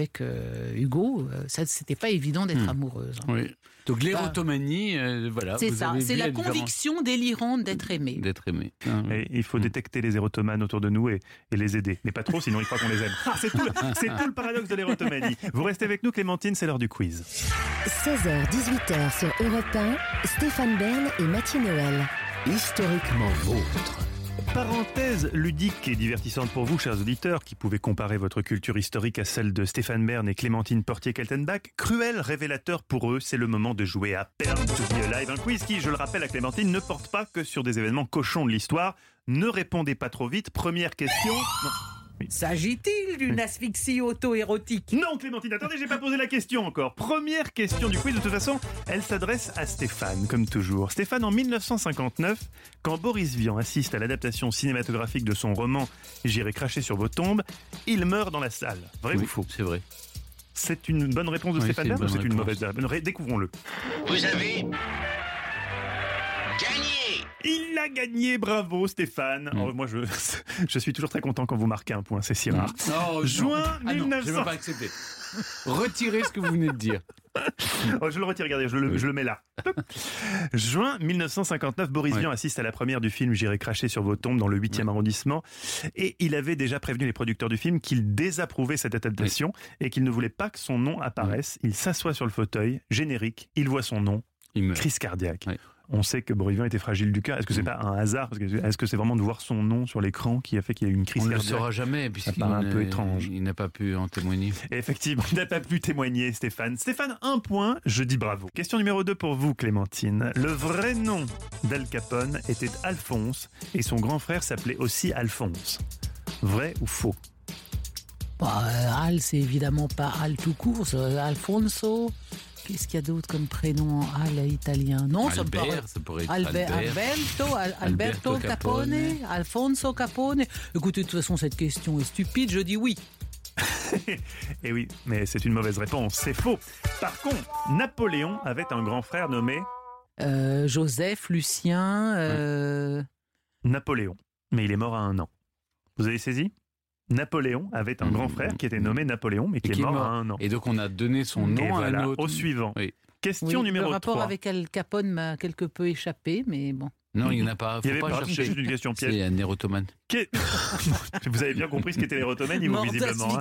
Hugo, ça c'était pas évident d'être amoureuse. Oui. Donc l'érotomanie, voilà. C'est ça, c'est la conviction délirante d'être aimé. D'être aimé. Et il faut détecter les érotomanes autour de nous et les aider. Mais pas trop, sinon ils croient qu'on les aime. C'est tout le paradoxe de l'érotomanie. Vous restez avec nous, Clémentine, c'est l'heure du quiz. 16h-18h sur Europe 1, Stéphane Bern et Mathieu Noël. Historiquement vôtre. Parenthèse ludique et divertissante pour vous, chers auditeurs, qui pouvez comparer votre culture historique à celle de Stéphane Bern et Clémentine Portier-Keltenbach. Cruel révélateur pour eux, c'est le moment de jouer à Perle to be Alive, un quiz qui, je le rappelle à Clémentine, ne porte pas que sur des événements cochons de l'histoire. Ne répondez pas trop vite. Première question. S'agit-il d'une asphyxie auto-érotique? Non, Clémentine, attendez, j'ai pas posé la question encore. Première question du quiz, de toute façon, elle s'adresse à Stéphane, comme toujours. Stéphane, en 1959, quand Boris Vian assiste à l'adaptation cinématographique de son roman « J'irai cracher sur vos tombes », il meurt dans la salle. Vrai ou faux? C'est vrai. C'est une bonne réponse de Stéphane Bern ou c'est une mauvaise réponse? Découvrons-le. Vous avez gagné. Il a gagné, bravo Stéphane. Oh, moi, je suis toujours très content quand vous marquez un point, c'est si rare. Juin 1900. Je ne vais pas accepter. Retirez ce que vous venez de dire. Oh, je le retire, regardez, je le mets là. Juin 1959, Boris Vian assiste à la première du film « J'irai cracher sur vos tombes » dans le 8e arrondissement. Et il avait déjà prévenu les producteurs du film qu'il désapprouvait cette adaptation et qu'il ne voulait pas que son nom apparaisse. Il s'assoit sur le fauteuil, générique, il voit son nom, crise cardiaque. On sait que Boris Vian était fragile du cœur. Est-ce que c'est pas un hasard? Est-ce que c'est vraiment de voir son nom sur l'écran qui a fait qu'il y a eu une crise cardiaque? On ne le saura jamais, puisqu'il un peu étrange. Il n'a pas pu en témoigner. Et effectivement, il n'a pas pu témoigner, Stéphane. Stéphane, un point, je dis bravo. Question numéro 2 pour vous, Clémentine. Le vrai nom d'Al Capone était Alphonse et son grand frère s'appelait aussi Alphonse. Vrai ou faux? Al, c'est évidemment pas Al tout court, c'est Alfonso. Qu'est-ce qu'il y a d'autre comme prénom en Al italien? Non, Albert, ça pourrait être Alberto Capone, Alfonso Capone. Écoutez, de toute façon, cette question est stupide, je dis oui. Et oui, mais c'est une mauvaise réponse, c'est faux. Par contre, Napoléon avait un grand frère nommé... Joseph, Lucien... Napoléon, mais il est mort à 1 an. Vous avez saisi? Napoléon avait un grand frère qui était nommé Napoléon, mais qui est mort à 1 an. Et donc on a donné son nom à un autre. Au suivant. Question numéro 3. Le rapport avec Al Capone m'a quelque peu échappé, mais bon. Non, il n'y en a pas. Il n'y avait pas chercher. Juste une question piège. C'est un érotomane. Vous avez bien compris ce qu'était l'érotomane, il vous visiblement.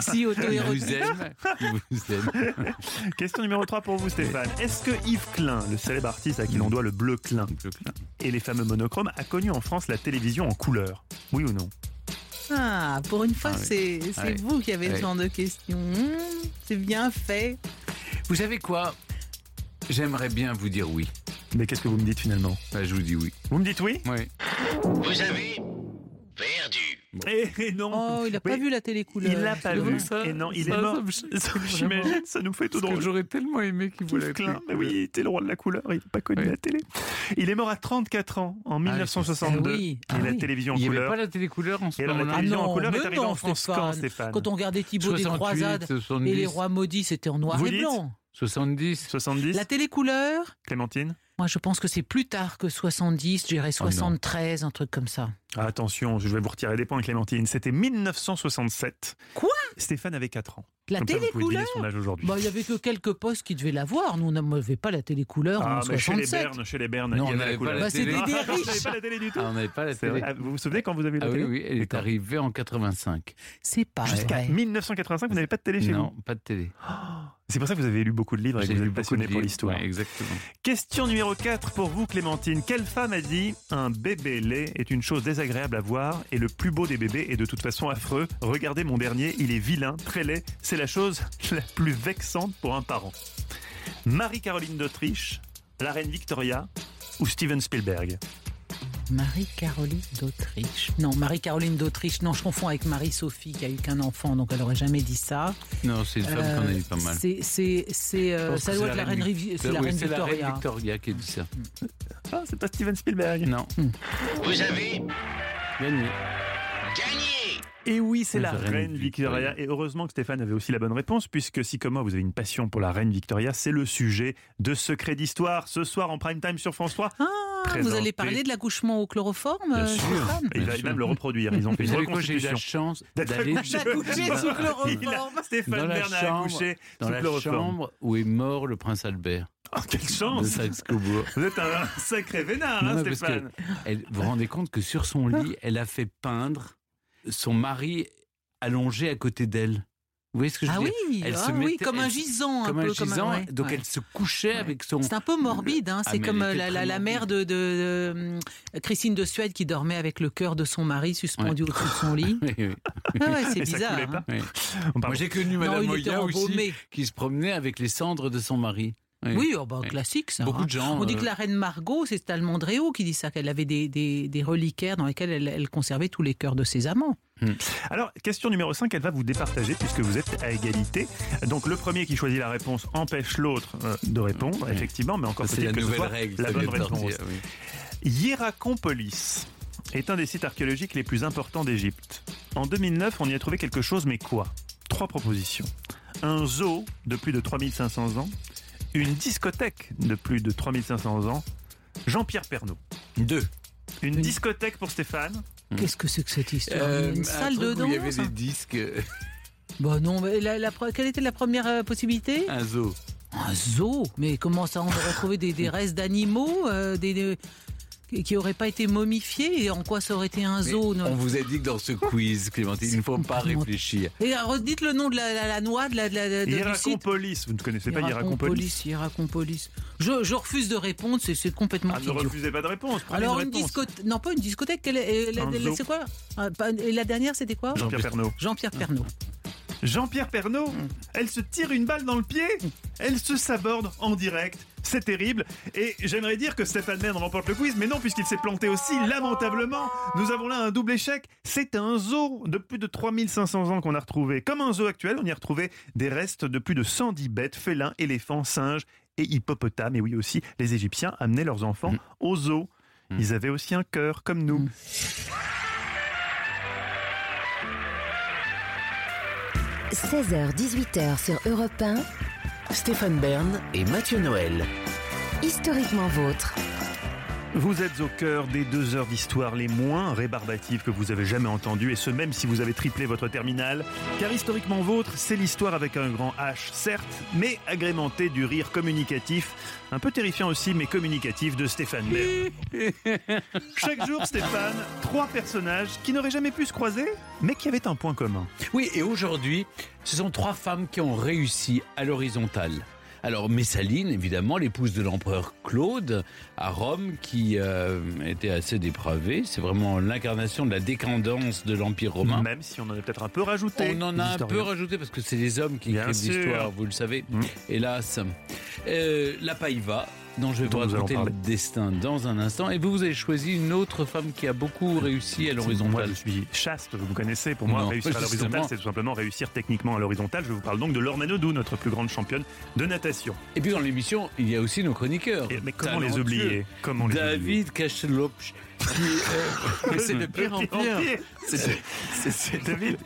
Question numéro 3 pour vous, Stéphane. Est-ce que Yves Klein, le célèbre artiste à qui l'on doit le bleu Klein et les fameux monochromes, a connu en France la télévision en couleur? Oui ou non? Ah, pour une fois, c'est vous qui avez ce genre de questions. C'est bien fait. Vous savez quoi? J'aimerais bien vous dire oui. Mais qu'est-ce que vous me dites finalement? Je vous dis oui. Vous me dites oui? Oui. Vous avez perdu. Et non. Oh, il n'a pas vu la télécouleur. Il l'a pas vu. Ça, et non, il est mort. J'imagine, ça nous fait tout drôle. J'aurais tellement aimé qu'il voulait être mais oui, il était le roi de la couleur. Il n'a pas connu la télé. Il est mort à 34 ans en 1962. Et la télévision en couleur. Il n'y avait pas la télécouleur en ce moment. Et la télévision en couleur est arrivée en France quand, Stéphane? Quand on regardait Thibaut des Croisades et les Rois Maudits, c'était en noir et blanc. 70. La télécouleur? Clémentine? Moi, je pense que c'est plus tard que 70, je dirais 73, un truc comme ça. Ah, attention, je vais vous retirer des points, Clémentine. C'était 1967. Quoi? Stéphane avait 4 ans. La télécouleur? Il n'y avait que quelques postes qui devaient l'avoir. Nous, on n'avait pas la télécouleur en 67. Chez les Bernes, non, il y avait la couleur. C'était des riches. On n'avait pas la télé du tout. On n'avait pas la télé. Vous vous souvenez quand vous avez eu la télé? Oui, elle est arrivée en 85. C'est pas Jusqu'à 1985, vous n'avez pas de télé chez vous? Non, pas de télé. C'est pour ça que vous avez lu beaucoup de livres et que vous êtes passionné pour l'histoire. Exactement. Question numéro 4 pour vous, Clémentine. Quelle femme a dit « Un bébé laid est une chose désagréable à voir et le plus beau des bébés est de toute façon affreux. Regardez mon dernier, il est vilain, très laid. C'est la chose la plus vexante pour un parent. » Marie-Caroline d'Autriche, la reine Victoria ou Steven Spielberg? Marie-Caroline d'Autriche. Non, Marie-Caroline d'Autriche. Non, je confonds avec Marie-Sophie qui a eu qu'un enfant, donc elle n'aurait jamais dit ça. Non, c'est une femme qu'on a eu pas mal. Ça doit être la reine Victoria. C'est la reine Victoria qui a dit ça. Ah, c'est pas Steven Spielberg. Non. Vous avez gagné. Et oui, c'est la reine Victoria. Et heureusement que Stéphane avait aussi la bonne réponse, puisque si comme moi vous avez une passion pour la reine Victoria, c'est le sujet de Secret d'Histoire ce soir en prime time sur France 3. Vous allez parler de l'accouchement au chloroforme? Bien sûr. Il va même le reproduire. Ils ont fait une reconstitution. J'ai eu la chance d'aller accoucher sous chloroforme. Stéphane Bern a accouché dans la chambre où est mort le prince Albert. Oh, quelle chance! Vous êtes un sacré vénard, Stéphane. Vous vous rendez compte que sur son lit, elle a fait peindre son mari allongé à côté d'elle. Vous voyez ce que je veux dire? Oui, comme un gisant. Comme un gisant, donc elle se couchait avec son... C'est un peu morbide, hein. C'est comme la mère de Christine de Suède qui dormait avec le cœur de son mari suspendu au-dessus de son lit. C'est bizarre. Moi j'ai connu Madame Moya aussi, qui se promenait avec les cendres de son mari. Oui, classique ça. Beaucoup de gens. On dit que la reine Margot, c'est Talmondréo qui dit ça, qu'elle avait des reliquaires dans lesquels elle conservait tous les cœurs de ses amants. Alors, question numéro 5, elle va vous départager puisque vous êtes à égalité. Donc, le premier qui choisit la réponse empêche l'autre de répondre, effectivement, mais encore C'est faut-il la que ce nouvelle soit règle. la ça bonne vient de réponse. sortir, oui. Hierakonpolis est un des sites archéologiques les plus importants d'Égypte. En 2009, on y a trouvé quelque chose, mais quoi ? 3 propositions. Un zoo de plus de 3500 ans, une discothèque de plus de 3500 ans, Jean-Pierre Pernaut. 2. Une discothèque pour Stéphane. Qu'est-ce que c'est que cette histoire? Il y a une salle dedans, où il y avait ça des disques. Bah non, mais quelle était la première possibilité? Un zoo. Un zoo? Mais comment ça, on aurait trouvé des restes d'animaux qui n'auraient pas été momifiés? Et en quoi ça aurait été un zoo? Mais on vous a dit que dans ce quiz, Clémentine, il ne faut pas réfléchir. Et redites le nom de la noix du site. Hierakonpolis, vous ne connaissez pas Hierakonpolis? Hierakonpolis. Je refuse de répondre, c'est complètement Ne idiot. refusez pas de réponse. prenez Alors une une réponse. discothèque, non pas une discothèque, c'est quoi? Et la dernière c'était quoi? Jean-Pierre Pernaut. Jean-Pierre Pernaut. Jean-Pierre Pernaut, elle se tire une balle dans le pied, elle se saborde en direct, c'est terrible. Et j'aimerais dire que Stéphane Bern remporte le quiz, mais non, puisqu'il s'est planté aussi lamentablement. Nous avons là un double échec. C'est un zoo de plus de 3500 ans qu'on a retrouvé. Comme un zoo actuel, on y a retrouvé des restes de plus de 110 bêtes, félins, éléphants, singes et hippopotames. Et oui aussi, les Égyptiens amenaient leurs enfants au zoo. Ils avaient aussi un cœur, comme nous. 16h-18h sur Europe 1, Stéphane Bern et Mathieu Noël. historiquement vôtre. Vous êtes au cœur des 2 heures d'histoire les moins rébarbatives que vous avez jamais entendues, et ce même si vous avez triplé votre terminale. Car historiquement vôtre, c'est l'histoire avec un grand H, certes, mais agrémenté du rire communicatif, un peu terrifiant aussi, mais communicatif, de Stéphane Bern. Chaque jour, Stéphane, 3 personnages qui n'auraient jamais pu se croiser, mais qui avaient un point commun. Oui, et aujourd'hui, ce sont 3 femmes qui ont réussi à l'horizontale. Alors Messaline, évidemment, l'épouse de l'empereur Claude à Rome, qui était assez dépravée. C'est vraiment l'incarnation de la décadence de l'Empire romain. Même si on en a peut-être un peu rajouté. On en a un peu rajouté parce que c'est les hommes qui écrivent l'histoire, vous le savez. Hélas. La Païva, dont je vais vous raconter le destin dans un instant. Et vous avez choisi une autre femme qui a beaucoup réussi à l'horizontale. Moi, je suis chaste, vous me connaissez. Pour moi, réussir à l'horizontale, c'est tout simplement réussir techniquement à l'horizontale. Je vous parle donc de Laure Manodou, notre plus grande championne de natation. Et puis dans l'émission, il y a aussi nos chroniqueurs. Mais comment les oublier? David Kachelopch. Mais c'est de pire en pire. C'est David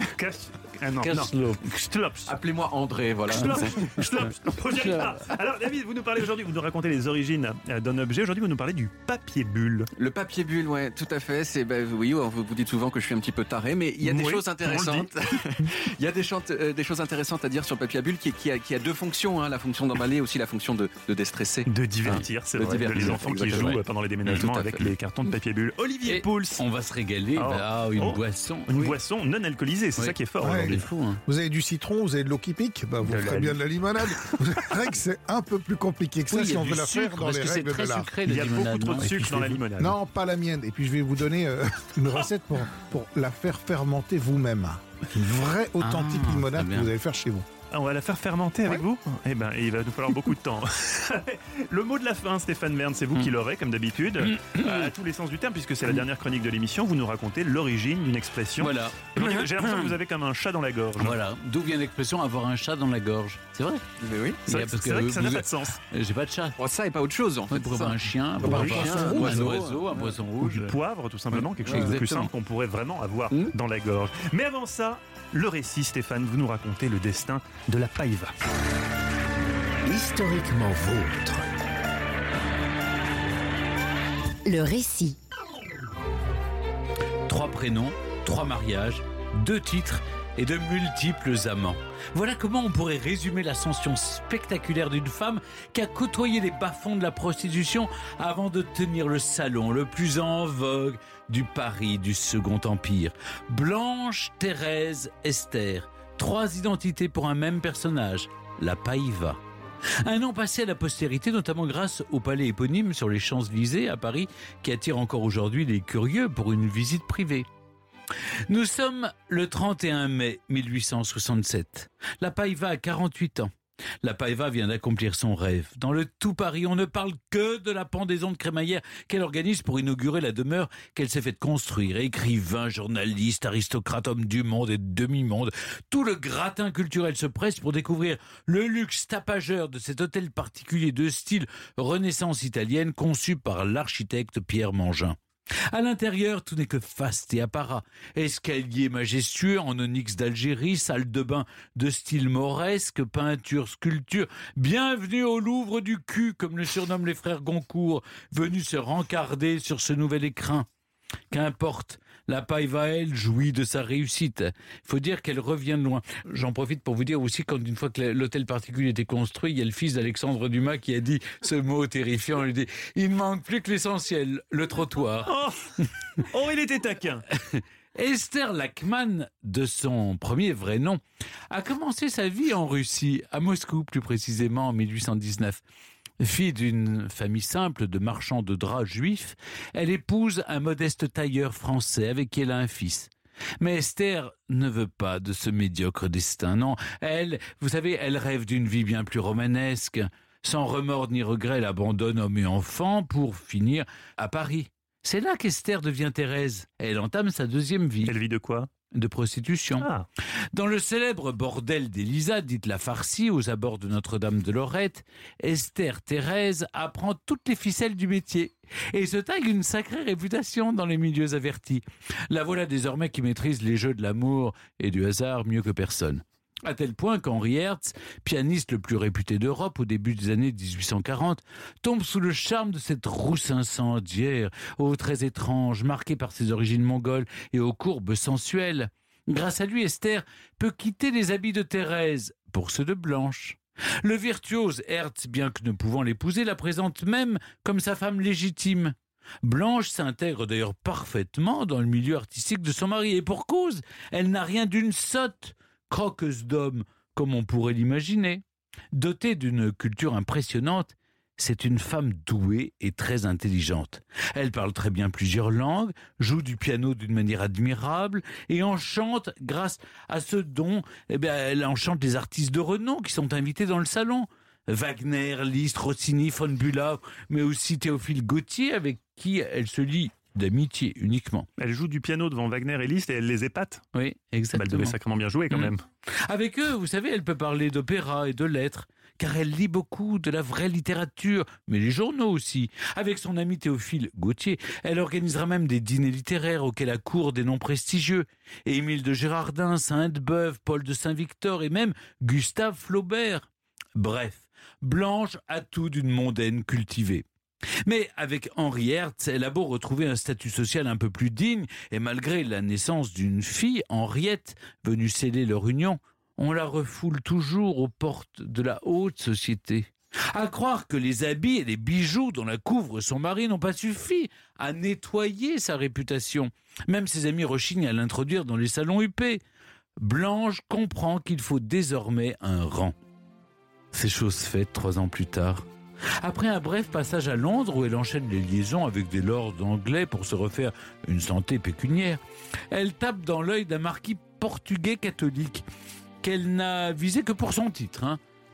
Appelez-moi André, voilà. Alors David, vous nous parlez aujourd'hui, vous nous racontez les origines d'un objet. Aujourd'hui, vous nous parlez du papier bulle. Le papier bulle, ouais, tout à fait. C'est, oui, vous dites souvent que je suis un petit peu taré, mais il y a des choses intéressantes. Il y a des choses intéressantes à dire sur le papier à bulle qui a 2 fonctions, hein, la fonction d'emballer et aussi la fonction de déstresser. De divertir, c'est vrai. Les enfants qui jouent pendant les déménagements avec les cartons de papier bulle. Olivier Pouls. On va se régaler. Une boisson. Une boisson non alcoolisée, c'est ça qui est fort. Ouais. Fou, hein. Vous avez du citron, vous avez de l'eau qui pique, vous ferez bien de la limonade. C'est vrai que c'est un peu plus compliqué que ça si on veut la faire dans les règles de l'art. Il y a beaucoup trop de sucre dans la limonade. Non, pas la mienne. Et puis je vais vous donner une recette pour la faire fermenter vous-même. Une vraie authentique limonade que vous allez faire chez vous. On va la faire fermenter avec vous? Eh ben, il va nous falloir beaucoup de temps. Le mot de la fin, Stéphane Bern, c'est vous qui l'aurez, comme d'habitude, à tous les sens du terme, puisque c'est la dernière chronique de l'émission. Vous nous racontez l'origine d'une expression. Voilà. J'ai l'impression que vous avez comme un chat dans la gorge. Voilà. D'où vient l'expression avoir un chat dans la gorge? C'est vrai. Mais oui. C'est vrai que ça n'a pas de sens. J'ai pas de chat. Bon, ça et pas autre chose, en fait. Pour avoir un chien, pour avoir un oiseau, un poisson rouge. Du poivre, tout simplement, quelque chose de plus simple qu'on pourrait vraiment avoir dans la gorge. Mais avant ça, le récit, Stéphane, vous nous racontez le destin de la Païva. Historiquement vôtre. Le récit. 3 prénoms, 3 mariages, 2 titres et de multiples amants. Voilà comment on pourrait résumer l'ascension spectaculaire d'une femme qui a côtoyé les bas-fonds de la prostitution avant de tenir le salon le plus en vogue du Paris du Second Empire. Blanche, Thérèse, Esther. 3 identités pour un même personnage, la Païva. Un nom passé à la postérité, notamment grâce au palais éponyme sur les Champs-Élysées à Paris, qui attire encore aujourd'hui les curieux pour une visite privée. Nous sommes le 31 mai 1867. La Païva a 48 ans. La Païva vient d'accomplir son rêve. Dans le tout Paris, on ne parle que de la pendaison de crémaillère qu'elle organise pour inaugurer la demeure qu'elle s'est faite construire. Écrivains, journalistes, aristocrates, hommes du monde et demi-monde, tout le gratin culturel se presse pour découvrir le luxe tapageur de cet hôtel particulier de style Renaissance italienne conçu par l'architecte Pierre Mangin. À l'intérieur, tout n'est que faste et apparat. Escalier majestueux en onyx d'Algérie, salle de bain de style mauresque, peinture, sculpture. Bienvenue au Louvre du cul, comme le surnomment les frères Goncourt, venus se rencarder sur ce nouvel écrin. Qu'importe, la Païva, elle, jouit de sa réussite. Il faut dire qu'elle revient de loin. J'en profite pour vous dire aussi, quand une fois que l'hôtel particulier était construit, il y a le fils d'Alexandre Dumas qui a dit ce mot terrifiant. Il dit « Il ne manque plus que l'essentiel, le trottoir. » Oh, il était taquin. Esther Lachman, de son premier vrai nom, a commencé sa vie en Russie, à Moscou plus précisément en 1819. Fille d'une famille simple de marchands de draps juifs, elle épouse un modeste tailleur français avec qui elle a un fils. Mais Esther ne veut pas de ce médiocre destin. Non, elle, vous savez, elle rêve d'une vie bien plus romanesque. Sans remords ni regrets, elle abandonne homme et enfant pour finir à Paris. C'est là qu'Esther devient Thérèse. Elle entame sa deuxième vie. Elle vit de quoi ? De prostitution. Dans le célèbre bordel d'Élisa, dite la Farcie, aux abords de Notre-Dame de Lorette, Esther Thérèse apprend toutes les ficelles du métier et se taille une sacrée réputation dans les milieux avertis. La voilà désormais qui maîtrise les jeux de l'amour et du hasard mieux que personne. À tel point qu'Henri Hertz, pianiste le plus réputé d'Europe au début des années 1840, tombe sous le charme de cette rousse incendiaire, aux traits étranges, marquée par ses origines mongoles et aux courbes sensuelles. Grâce à lui, Esther peut quitter les habits de Thérèse pour ceux de Blanche. Le virtuose Hertz, bien que ne pouvant l'épouser, la présente même comme sa femme légitime. Blanche s'intègre d'ailleurs parfaitement dans le milieu artistique de son mari, et pour cause, elle n'a rien d'une sotte, croqueuse d'homme, comme on pourrait l'imaginer. Dotée d'une culture impressionnante, c'est une femme douée et très intelligente. Elle parle très bien plusieurs langues, joue du piano d'une manière admirable et enchante, grâce à ce don, elle enchante les artistes de renom qui sont invités dans le salon. Wagner, Liszt, Rossini, von Bülow, mais aussi Théophile Gautier, avec qui elle se lie d'amitié uniquement. Elle joue du piano devant Wagner et Liszt et elle les épate. Oui, exactement. Elle devait sacrément bien jouer quand même. Avec eux, vous savez, elle peut parler d'opéra et de lettres, car elle lit beaucoup de la vraie littérature, mais les journaux aussi. Avec son ami Théophile Gautier, elle organisera même des dîners littéraires auxquels accourent des noms prestigieux. Émile de Girardin, Sainte-Beuve, Paul de Saint-Victor et même Gustave Flaubert. Bref, Blanche a tout d'une mondaine cultivée. Mais avec Henri Hertz, elle a beau retrouver un statut social un peu plus digne, et malgré la naissance d'une fille, Henriette, venue sceller leur union, on la refoule toujours aux portes de la haute société. À croire que les habits et les bijoux dont la couvre son mari n'ont pas suffi à nettoyer sa réputation. Même ses amis rechignent à l'introduire dans les salons huppés. Blanche comprend qu'il faut désormais un rang. C'est chose faite 3 ans plus tard. Après un bref passage à Londres où elle enchaîne les liaisons avec des lords anglais pour se refaire une santé pécuniaire, elle tape dans l'œil d'un marquis portugais catholique qu'elle n'a visé que pour son titre.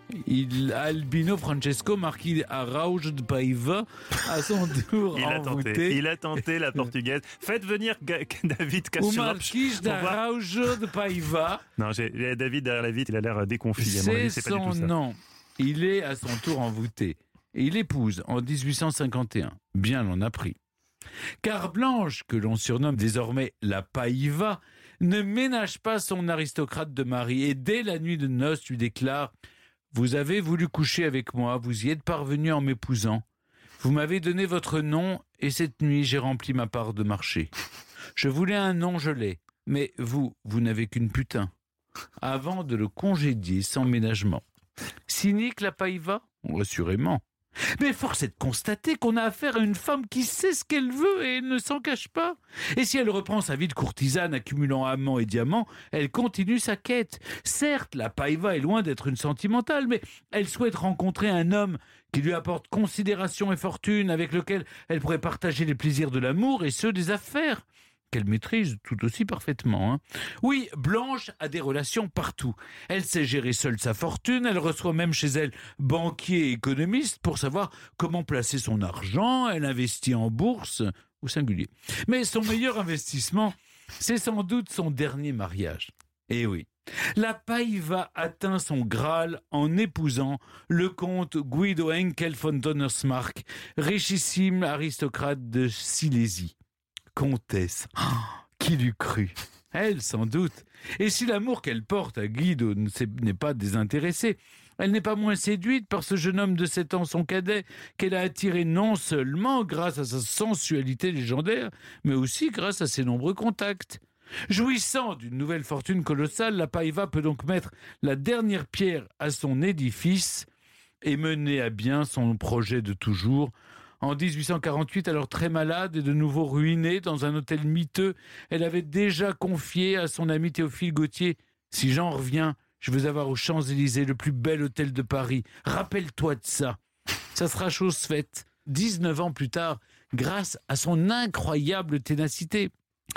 Albino Francesco Marquis Araújo de Paiva à son tour envoûté. Il a tenté la portugaise. Faites venir David Cassiopes. Ou Marquis d'Araújo de Paiva. Non, j'ai David derrière la vitre, il a l'air déconfit. C'est son nom. Il est à son tour envoûté. Et il épouse en 1851. Bien l'on a pris. Car Blanche, que l'on surnomme désormais la Païva, ne ménage pas son aristocrate de mari et dès la nuit de noces lui déclare « Vous avez voulu coucher avec moi, vous y êtes parvenu en m'épousant. Vous m'avez donné votre nom et cette nuit j'ai rempli ma part de marché. Je voulais un nom, je l'ai, mais vous n'avez qu'une putain. » Avant de le congédier sans ménagement. Cynique la Païva ? Assurément. Mais force est de constater qu'on a affaire à une femme qui sait ce qu'elle veut et elle ne s'en cache pas. Et si elle reprend sa vie de courtisane accumulant amants et diamants, elle continue sa quête. Certes, la Païva est loin d'être une sentimentale, mais elle souhaite rencontrer un homme qui lui apporte considération et fortune, avec lequel elle pourrait partager les plaisirs de l'amour et ceux des affaires. qu'elle maîtrise tout aussi parfaitement. Hein. Oui, Blanche a des relations partout. Elle sait gérer seule sa fortune, elle reçoit même chez elle banquiers et économistes pour savoir comment placer son argent, elle investit en bourse, au singulier. Mais son meilleur investissement, c'est sans doute son dernier mariage. Eh oui, la Paiva atteint son Graal en épousant le comte Guido Henkel von Donnersmarck, richissime aristocrate de Silésie. Comtesse, qui l'eût cru? Elle, sans doute. Et si l'amour qu'elle porte à Guido n'est pas désintéressé, elle n'est pas moins séduite par ce jeune homme de 7 ans, son cadet, qu'elle a attiré non seulement grâce à sa sensualité légendaire, mais aussi grâce à ses nombreux contacts. Jouissant d'une nouvelle fortune colossale, la Paiva peut donc mettre la dernière pierre à son édifice et mener à bien son projet de toujours. En 1848, alors très malade et de nouveau ruinée dans un hôtel miteux, elle avait déjà confié à son ami Théophile Gautier « Si j'en reviens, je veux avoir aux Champs-Élysées le plus bel hôtel de Paris. Rappelle-toi de ça. » Ça sera chose faite. 19 ans plus tard, grâce à son incroyable ténacité.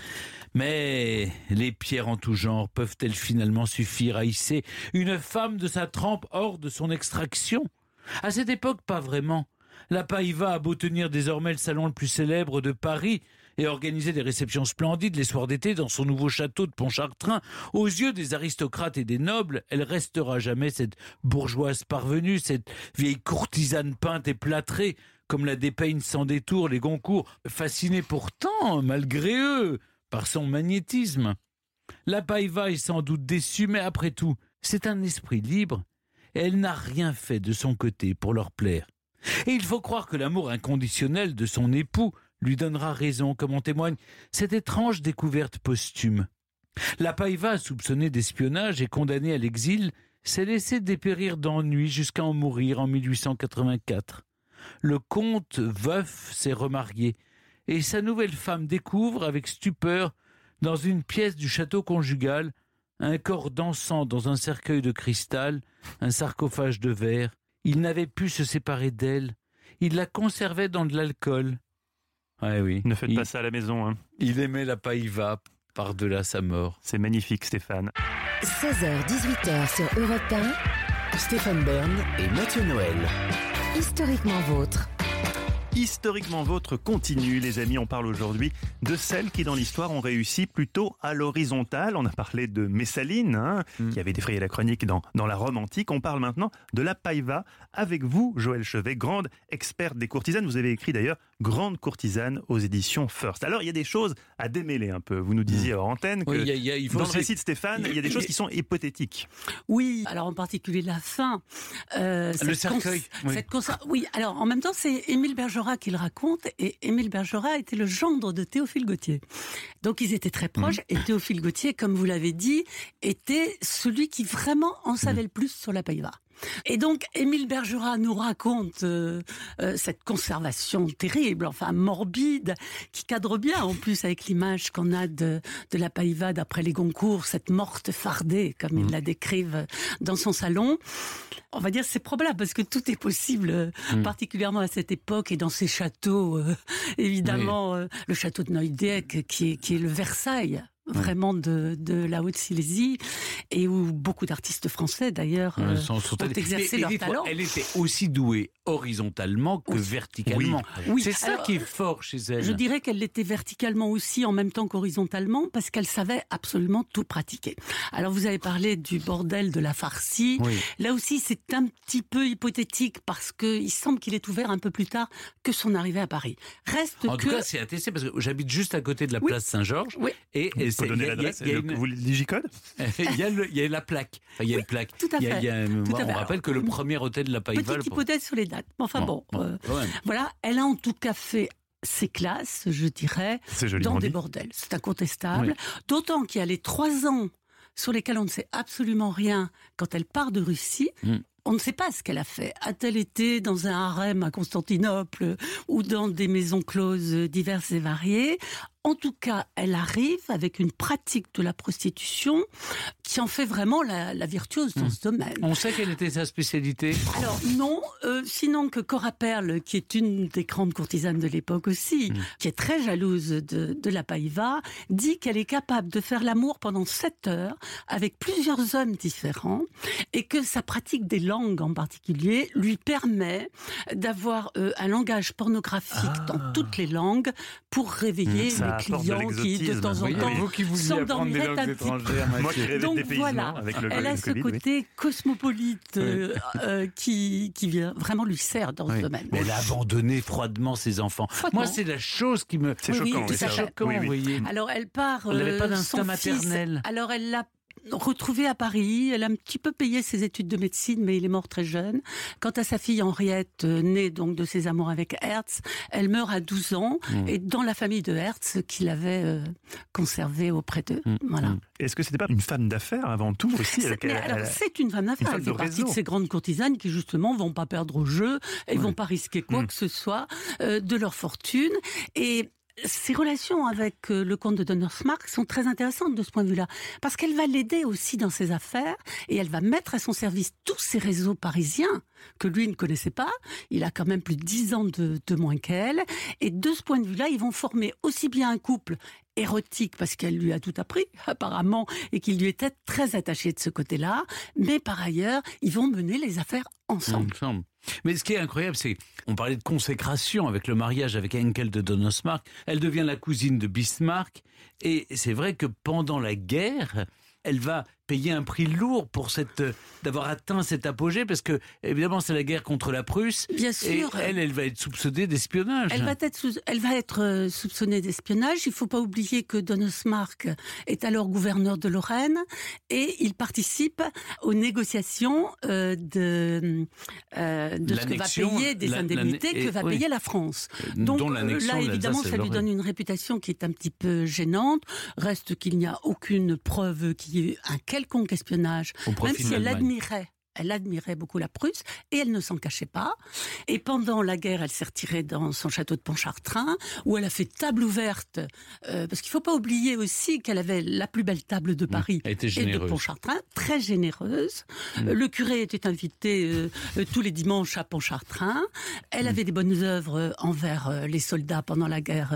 Mais les pierres en tout genre peuvent-elles finalement suffire à hisser une femme de sa trempe hors de son extraction? À cette époque, pas vraiment. La Paiva a beau tenir désormais le salon le plus célèbre de Paris et organiser des réceptions splendides les soirs d'été dans son nouveau château de Pontchartrain, aux yeux des aristocrates et des nobles, elle restera jamais cette bourgeoise parvenue, cette vieille courtisane peinte et plâtrée, comme la dépeignent sans détour les Goncourt, fascinés pourtant, malgré eux, par son magnétisme. La Paiva est sans doute déçue, mais après tout, c'est un esprit libre, et elle n'a rien fait de son côté pour leur plaire. Et il faut croire que l'amour inconditionnel de son époux lui donnera raison, comme en témoigne cette étrange découverte posthume. La Paiva, soupçonnée d'espionnage et condamnée à l'exil, s'est laissée dépérir d'ennui jusqu'à en mourir en 1884. Le comte veuf s'est remarié et sa nouvelle femme découvre avec stupeur, dans une pièce du château conjugal, un corps dansant dans un cercueil de cristal, un sarcophage de verre. Il n'avait pu se séparer d'elle. Il la conservait dans de l'alcool. Ouais, oui. Ne faites pas ça à la maison. Hein. Il aimait la Paiva par-delà sa mort. C'est magnifique, Stéphane. 16h-18h sur Europe 1. Stéphane Bern et Mathieu Noël. Historiquement vôtre. Historiquement vôtre continue, les amis. On parle aujourd'hui de celles qui, dans l'histoire, ont réussi plutôt à l'horizontale. On a parlé de Messaline, qui avait défrayé la chronique dans la Rome antique. On parle maintenant de la Paiva avec vous, Joël Chevet, grande experte des courtisanes. Vous avez écrit d'ailleurs Grande courtisane aux éditions First. Alors, il y a des choses à démêler un peu. Vous nous disiez hors antenne que il faut dans le récit de Stéphane, il y a des choses qui sont hypothétiques. Oui, alors en particulier la fin. Le cercueil. Oui, alors en même temps, c'est Émile Bergerac qui le raconte, et Émile Bergerac était le gendre de Théophile Gautier. Donc ils étaient très proches, et Théophile Gautier, comme vous l'avez dit, était celui qui vraiment en savait le plus sur la Paiva. Et donc, Émile Bergerac nous raconte cette conservation terrible, enfin morbide, qui cadre bien en plus avec l'image qu'on a de la Paiva d'après les Goncourt, cette morte fardée, comme ils la décrivent dans son salon. On va dire c'est probable parce que tout est possible, particulièrement à cette époque et dans ces châteaux, évidemment, le château de Neudeck qui est le Versailles. Vraiment de la Haute-Silésie, et où beaucoup d'artistes français d'ailleurs ont exercé leur talent. Elle était aussi douée horizontalement que verticalement. Oui. C'est ça qui est fort chez elle. Je dirais qu'elle l'était verticalement aussi en même temps qu'horizontalement, parce qu'elle savait absolument tout pratiquer. Alors vous avez parlé du bordel de la Farcie. Oui. Là aussi c'est un petit peu hypothétique parce qu'il semble qu'il est ouvert un peu plus tard que son arrivée à Paris. En tout cas c'est attesté parce que j'habite juste à côté de la place Saint-Georges. Oui. Et vous pouvez donner l'adresse, vous le digicode. Il y a la plaque. Il y a une plaque. Tout à fait. On rappelle que le premier hôtel de la Paiva. Petite hypothèse sur les dates. Enfin voilà, elle a en tout cas fait ses classes, je dirais, dans des bordels. C'est incontestable. Oui. D'autant qu'il y a les 3 ans sur lesquels on ne sait absolument rien quand elle part de Russie. On ne sait pas ce qu'elle a fait. A-t-elle été dans un harem à Constantinople ou dans des maisons closes diverses et variées? En tout cas, elle arrive avec une pratique de la prostitution qui en fait vraiment la virtuose dans ce domaine. On sait quelle était sa spécialité ? Alors non, sinon que Cora Perle, qui est une des grandes courtisanes de l'époque aussi, qui est très jalouse de la Paiva, dit qu'elle est capable de faire l'amour pendant 7 heures avec plusieurs hommes différents et que sa pratique des langues en particulier lui permet d'avoir un langage pornographique dans toutes les langues pour réveiller les clients qui de temps en temps s'endormiraient un petit peu. Moi qui rêvais Donc des paysements voilà, avec le elle a ce côté cosmopolite qui vient vraiment lui sert dans ce domaine. Mais elle a abandonné froidement ses enfants. Froidement. Moi, c'est la chose qui me... C'est choquant. Oui, c'est choquant, vous voyez. Alors elle part. Elle n'avait pas d'instinct son maternel. Fils, alors elle l'a retrouvé à Paris. Elle a un petit peu payé ses études de médecine, mais il est mort très jeune. Quant à sa fille Henriette, née donc de ses amours avec Hertz, elle meurt à 12 ans et dans la famille de Hertz qu'il avait conservé auprès d'eux. Voilà. Est-ce que c'était pas une femme d'affaires avant tout aussi? C'est une femme d'affaires. Elle fait partie de ces grandes courtisanes qui justement vont pas perdre au jeu et vont pas risquer quoi que ce soit de leur fortune. Et ses relations avec le comte de Donnersmarck sont très intéressantes de ce point de vue-là, parce qu'elle va l'aider aussi dans ses affaires et elle va mettre à son service tous ces réseaux parisiens que lui ne connaissait pas. Il a quand même plus de 10 ans de moins qu'elle. Et de ce point de vue-là, ils vont former aussi bien un couple érotique, parce qu'elle lui a tout appris, apparemment, et qu'il lui était très attaché de ce côté-là. Mais par ailleurs, ils vont mener les affaires ensemble. Mais ce qui est incroyable, c'est on parlait de consécration avec le mariage avec Henkel de Donnersmarck. Elle devient la cousine de Bismarck. Et c'est vrai que pendant la guerre, elle va payer un prix lourd pour d'avoir atteint cet apogée, parce que, évidemment, c'est la guerre contre la Prusse. Bien sûr. Et elle va être soupçonnée d'espionnage. Elle va être soupçonnée d'espionnage. Il ne faut pas oublier que Donnersmarck est alors gouverneur de Lorraine et il participe aux négociations de ce que va payer des indemnités que va payer la France. Donc là, évidemment, ça lui donne une réputation qui est un petit peu gênante. Reste qu'il n'y a aucune preuve qu'il y ait un quelconque espionnage, même si elle admirait beaucoup la Prusse et elle ne s'en cachait pas. Et pendant la guerre, elle s'est retirée dans son château de Pontchartrain, où elle a fait table ouverte, parce qu'il ne faut pas oublier aussi qu'elle avait la plus belle table de Paris et de Pontchartrain, très généreuse. Le curé était invité tous les dimanches à Pontchartrain. Elle avait des bonnes œuvres envers les soldats pendant la guerre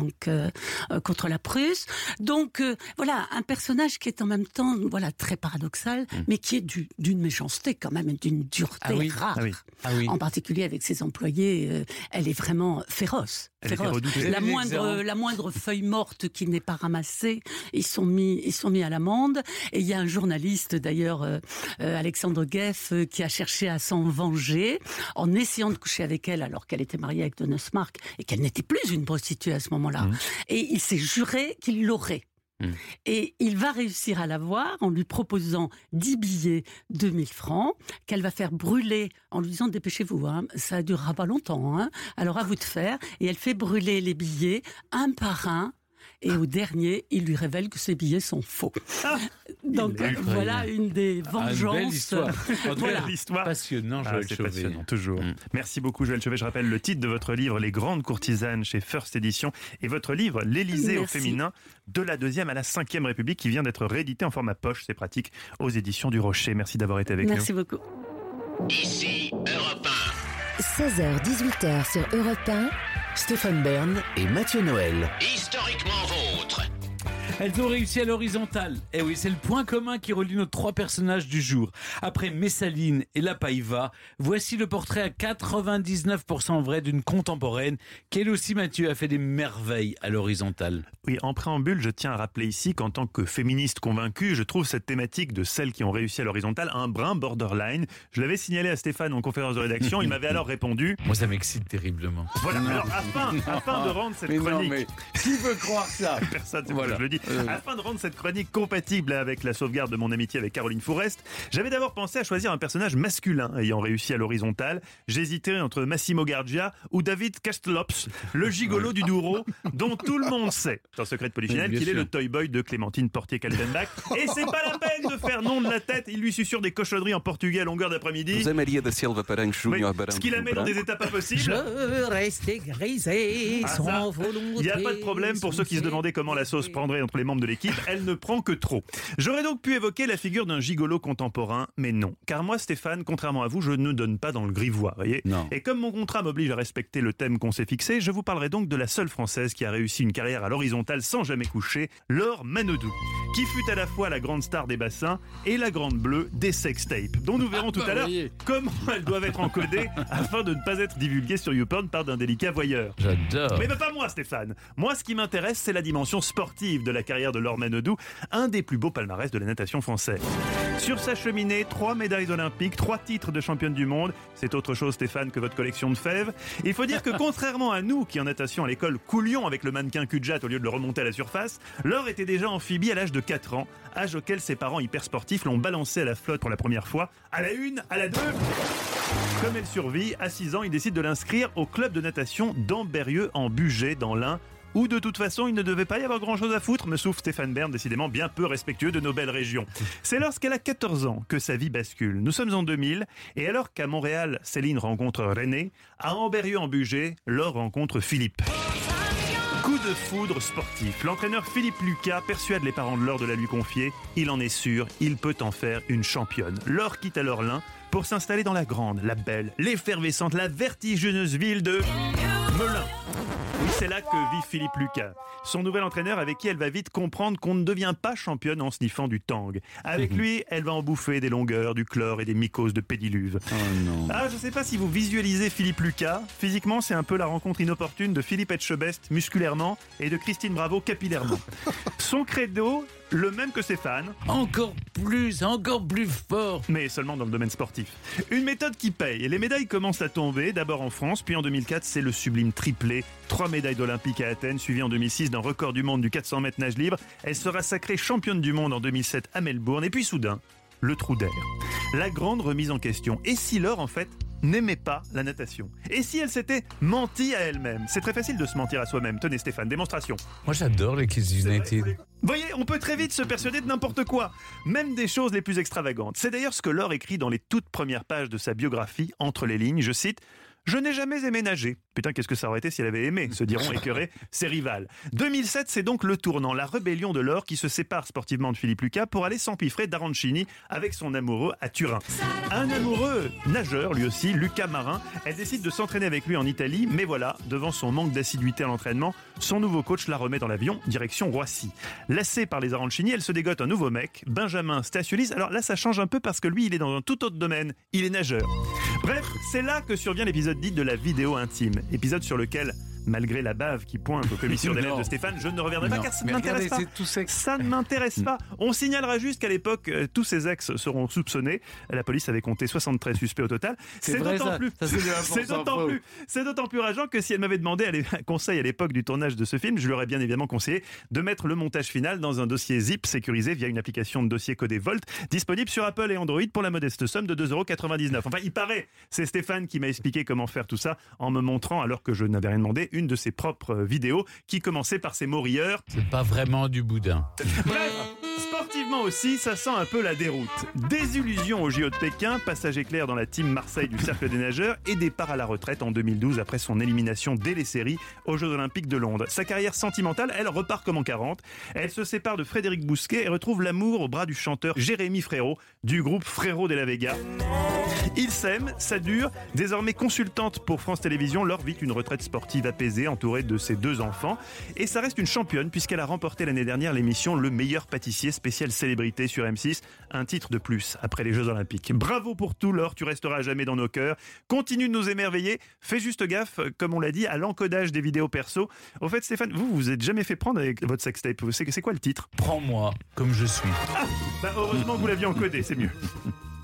contre la Prusse. Donc voilà, un personnage qui est en même temps très paradoxal, mais qui est d'une méchanceté quand même, d'une dureté rare. En particulier avec ses employés, elle est vraiment féroce. La moindre feuille morte qui n'est pas ramassée, ils sont mis à l'amende. Et il y a un journaliste d'ailleurs, Alexandre Gueff, qui a cherché à s'en venger en essayant de coucher avec elle alors qu'elle était mariée avec Donnersmarck et qu'elle n'était plus une prostituée à ce moment-là. Et il s'est juré qu'il l'aurait. Et il va réussir à l'avoir en lui proposant 10 billets de 1000 francs qu'elle va faire brûler en lui disant dépêchez-vous, ça ne durera pas longtemps, alors à vous de faire. Et elle fait brûler les billets un par un. Et au dernier, il lui révèle que ces billets sont faux. Donc voilà une des vengeances. Une belle histoire. Passionnant, Joël Chauvet. Passionnant, toujours. Merci beaucoup, Joël Chauvet. Je rappelle le titre de votre livre, Les grandes courtisanes, chez First Edition, et votre livre, L'Élysée au féminin, de la 2e à la 5e République, qui vient d'être réédité en format poche. C'est pratique aux éditions du Rocher. Merci d'avoir été avec nous. Merci beaucoup. Ici, Europe 1. 16h-18h sur Europe 1. Stéphane Bern et Mathieu Noël. Historiquement vôtre. Elles ont réussi à l'horizontale. Eh oui, c'est le point commun qui relie nos 3 personnages du jour. Après Messaline et la Paiva, voici le portrait à 99% vrai d'une contemporaine qui, elle aussi, Mathieu, a fait des merveilles à l'horizontale. Oui, en préambule, je tiens à rappeler ici qu'en tant que féministe convaincue, je trouve cette thématique de celles qui ont réussi à l'horizontale un brin borderline. Je l'avais signalé à Stéphane en conférence de rédaction. Il m'avait alors répondu... Moi, ça m'excite terriblement. Voilà, alors afin de rendre cette chronique... qui veut croire ça? Personne, c'est voilà. Je le dis. Afin de rendre cette chronique compatible avec la sauvegarde de mon amitié avec Caroline Fourest, j'avais d'abord pensé à choisir un personnage masculin ayant réussi à l'horizontale. J'hésitais entre Massimo Gardia ou David Castellops, le gigolo du Douro, dont tout le monde sait, dans Secret de Polichinelle, qu'il est le toy boy de Clémentine Portier-Kaltenbach. Et c'est pas la peine de faire nom de la tête, il lui susurre des cochonneries en portugais à longueur d'après-midi. José Maria da Silva Paranhos Júnior Barão. Ce qui la met dans des états pas possibles. Je restais grisé sans volonté. Il n'y a pas de problème pour ceux qui se demandaient comment la sauce prendrait entre les membres de l'équipe, elle ne prend que trop. J'aurais donc pu évoquer la figure d'un gigolo contemporain, mais non. Car moi, Stéphane, contrairement à vous, je ne donne pas dans le grivois, voyez. Non. Et comme mon contrat m'oblige à respecter le thème qu'on s'est fixé, je vous parlerai donc de la seule Française qui a réussi une carrière à l'horizontale sans jamais coucher, Laure Manodou, qui fut à la fois la grande star des bassins et la grande bleue des sextapes, dont nous verrons tout à l'heure comment elles doivent être encodées afin de ne pas être divulguées sur YouPorn par d'indélicats voyeurs. J'adore. Mais pas moi, Stéphane. Moi, ce qui m'intéresse, c'est la dimension sportive de la carrière de Laure Manodou, un des plus beaux palmarès de la natation française. Sur sa cheminée, 3 médailles olympiques, 3 titres de championne du monde. C'est autre chose, Stéphane, que votre collection de fèves. Il faut dire que contrairement à nous, qui en natation à l'école coulions avec le mannequin cul-de-jatte au lieu de le remonter à la surface, Laure était déjà amphibie à l'âge de 4 ans, âge auquel ses parents hypersportifs l'ont balancé à la flotte pour la première fois, à la 1, à la 2... Comme elle survit, à 6 ans, il décide de l'inscrire au club de natation d'Ambérieux en Bugey, dans l'Ain, où de toute façon il ne devait pas y avoir grand chose à foutre, me souffle Stéphane Bern, décidément bien peu respectueux de nos belles régions. C'est lorsqu'elle a 14 ans que sa vie bascule. Nous sommes en 2000, et alors qu'à Montréal, Céline rencontre René, à Ambérieux en Bugey, Laure rencontre Philippe. Coup de foudre sportif. L'entraîneur Philippe Lucas persuade les parents de Laure de la lui confier. Il en est sûr, il peut en faire une championne. Laure quitte alors l'Ain pour s'installer dans la grande, la belle, l'effervescente, la vertigineuse ville de Melun. Oui, c'est là que vit Philippe Lucas, son nouvel entraîneur avec qui elle va vite comprendre qu'on ne devient pas championne en sniffant du tang. Avec lui, elle va en bouffer des longueurs, du chlore et des mycoses de pédiluve. Oh non. Ah, je sais pas si vous visualisez Philippe Lucas. Physiquement, c'est un peu la rencontre inopportune de Philippe Etchebest musculairement et de Christine Bravo capillairement. Son credo, le même que ses fans. Encore plus fort. Mais seulement dans le domaine sportif. Une méthode qui paye. Et les médailles commencent à tomber, d'abord en France, puis en 2004, c'est le sublime triplé. 3 médailles d'Olympique à Athènes, suivi en 2006 d'un record du monde du 400 mètres nage libre. Elle sera sacrée championne du monde en 2007 à Melbourne. Et puis soudain, le trou d'air. La grande remise en question. Et si Laure, en fait, n'aimait pas la natation? Et si elle s'était mentie à elle-même? C'est très facile de se mentir à soi-même. Tenez Stéphane, démonstration. Moi j'adore les Kids United. Voyez, on peut très vite se persuader de n'importe quoi, même des choses les plus extravagantes. C'est d'ailleurs ce que Laure écrit dans les toutes premières pages de sa biographie, entre les lignes, je cite: « Je n'ai jamais aimé nager. » Putain, qu'est-ce que ça aurait été si elle avait aimé, se diront écœurés ses rivales. 2007, c'est donc le tournant, la rébellion de Laure qui se sépare sportivement de Philippe Lucas pour aller s'empiffrer d'Arancini avec son amoureux à Turin. Un amoureux nageur, lui aussi, Lucas Marin. Elle décide de s'entraîner avec lui en Italie, mais voilà, devant son manque d'assiduité à l'entraînement, son nouveau coach la remet dans l'avion, direction Roissy. Lassée par les Arancini, elle se dégote un nouveau mec, Benjamin Stasiulis. Alors là, ça change un peu parce que lui, il est dans un tout autre domaine, il est nageur. Bref, c'est là que survient l'épisode dit de la vidéo intime. Épisode sur lequel, malgré la bave qui pointe aux commissures des lèvres de Stéphane, je ne reviendrai pas car ça ne m'intéresse pas. Ça ne m'intéresse pas. On signalera juste qu'à l'époque, tous ces ex seront soupçonnés. La police avait compté 73 suspects au total. C'est d'autant plus rageant que si elle m'avait demandé conseil à l'époque du tournage de ce film, je lui aurais bien évidemment conseillé de mettre le montage final dans un dossier zip sécurisé via une application de dossier codé Volt, disponible sur Apple et Android pour la modeste somme de 2,99 €. Enfin, il paraît, c'est Stéphane qui m'a expliqué comment faire tout ça en me montrant, alors que je n'avais rien demandé, une de ses propres vidéos qui commençait par ces mots rieurs. C'est pas vraiment du boudin. Bref, sportivement aussi, ça sent un peu la déroute. Désillusion au JO de Pékin, passage éclair dans la team Marseille du Cercle des Nageurs et départ à la retraite en 2012 après son élimination dès les séries aux Jeux Olympiques de Londres. Sa carrière sentimentale, elle repart comme en 40. Elle se sépare de Frédéric Bousquet et retrouve l'amour au bras du chanteur Jérémy Frérot du groupe Frérot de la Vega. Ils s'aiment, ça dure. Désormais consultante pour France Télévisions, Laure vit une retraite sportive apaisée, entourée de ses 2 enfants. Et ça reste une championne puisqu'elle a remporté l'année dernière l'émission Le meilleur pâtissier spécial célébrité sur M6. Un titre de plus après les Jeux Olympiques. Bravo pour tout, Laure, tu resteras à jamais dans nos cœurs. Continue de nous émerveiller. Fais juste gaffe, comme on l'a dit, à l'encodage des vidéos perso. Au fait, Stéphane, vous êtes jamais fait prendre avec votre sextape. C'est quoi le titre? Prends-moi comme je suis. Heureusement que vous l'aviez encodé, c'est mieux.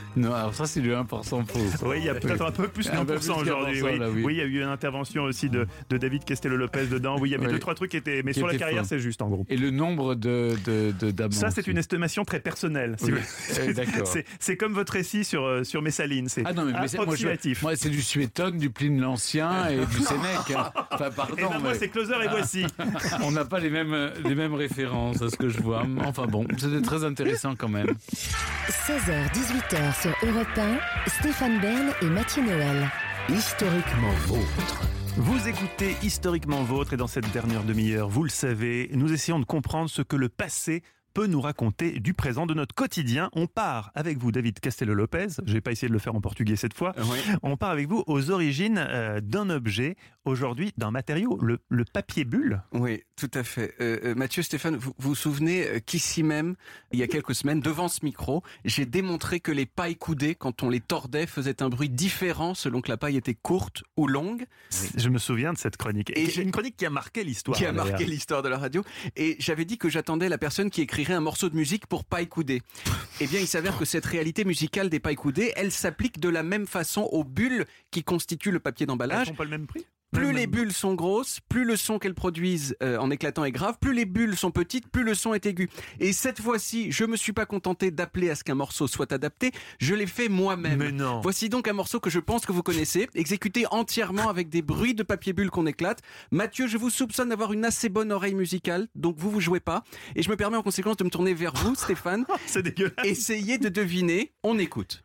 Non, alors ça, c'est le 1% faux. Oui, il y a peut-être un peu plus de 1% aujourd'hui. Oui, il y a eu une intervention aussi de David Castello-Lopez dedans. Oui, il y avait 2-3 trucs qui étaient... Mais sur la carrière, c'est juste, en gros. Et le nombre d'amants. Ça, c'est une estimation très personnelle. D'accord. C'est comme votre récit sur Messalines. C'est approximatif. Moi, c'est du Suétone, du Pline l'Ancien et du Sénèque. Enfin, pardon. Et ben moi, c'est Closer et Voici. On n'a pas les mêmes références à ce que je vois. Enfin bon, c'était très intéressant quand même. 16h, 18h sur Europe 1, Stéphane Bern et Mathieu Noël. Historiquement vôtre. Vous écoutez Historiquement Vôtre et dans cette dernière demi-heure, vous le savez, nous essayons de comprendre ce que le passé peut nous raconter du présent, de notre quotidien. On part avec vous, David Castello-Lopez, je vais pas essayer de le faire en portugais cette fois, on part avec vous aux origines d'un objet, aujourd'hui d'un matériau, le papier bulle. Oui, tout à fait. Mathieu, Stéphane, vous vous souvenez qu'ici même, il y a quelques semaines, devant ce micro, j'ai démontré que les pailles coudées, quand on les tordait, faisaient un bruit différent selon que la paille était courte ou longue. Oui. Je me souviens de cette chronique. Et une chronique qui a marqué l'histoire. Qui a marqué l'histoire de la radio. Et j'avais dit que j'attendais la personne qui écrirait un morceau de musique pour paille coudée. Eh bien, il s'avère que cette réalité musicale des pailles coudées, elle s'applique de la même façon aux bulles qui constituent le papier d'emballage. Elles n'ont pas le même prix ? Plus les bulles sont grosses, plus le son qu'elles produisent en éclatant est grave, plus les bulles sont petites, plus le son est aigu. Et cette fois-ci, je me suis pas contenté d'appeler à ce qu'un morceau soit adapté, je l'ai fait moi-même. Mais non. Voici donc un morceau que je pense que vous connaissez, exécuté entièrement avec des bruits de papier bulle qu'on éclate. Mathieu, je vous soupçonne d'avoir une assez bonne oreille musicale, donc vous jouez pas. Et je me permets en conséquence de me tourner vers vous, Stéphane. C'est dégueulasse. Essayez de deviner, on écoute.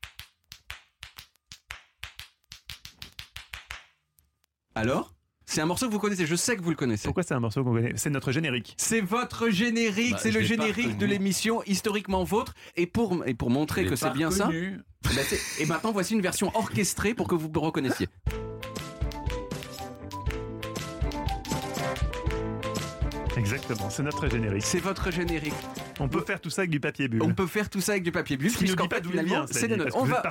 Alors ? C'est un morceau que vous connaissez, je sais que vous le connaissez. Pourquoi c'est un morceau qu'on connaît ? C'est notre générique. C'est votre générique, c'est le générique de l'émission Historiquement Vôtre. Et pour montrer que c'est bien ça, et maintenant voici une version orchestrée pour que vous me reconnaissiez. Exactement, c'est notre générique. C'est votre générique. On peut faire tout ça avec du papier bulle. On peut faire tout ça avec du papier bulle. Ce qui ne dit pas d'où il vient. C'est de notre. On va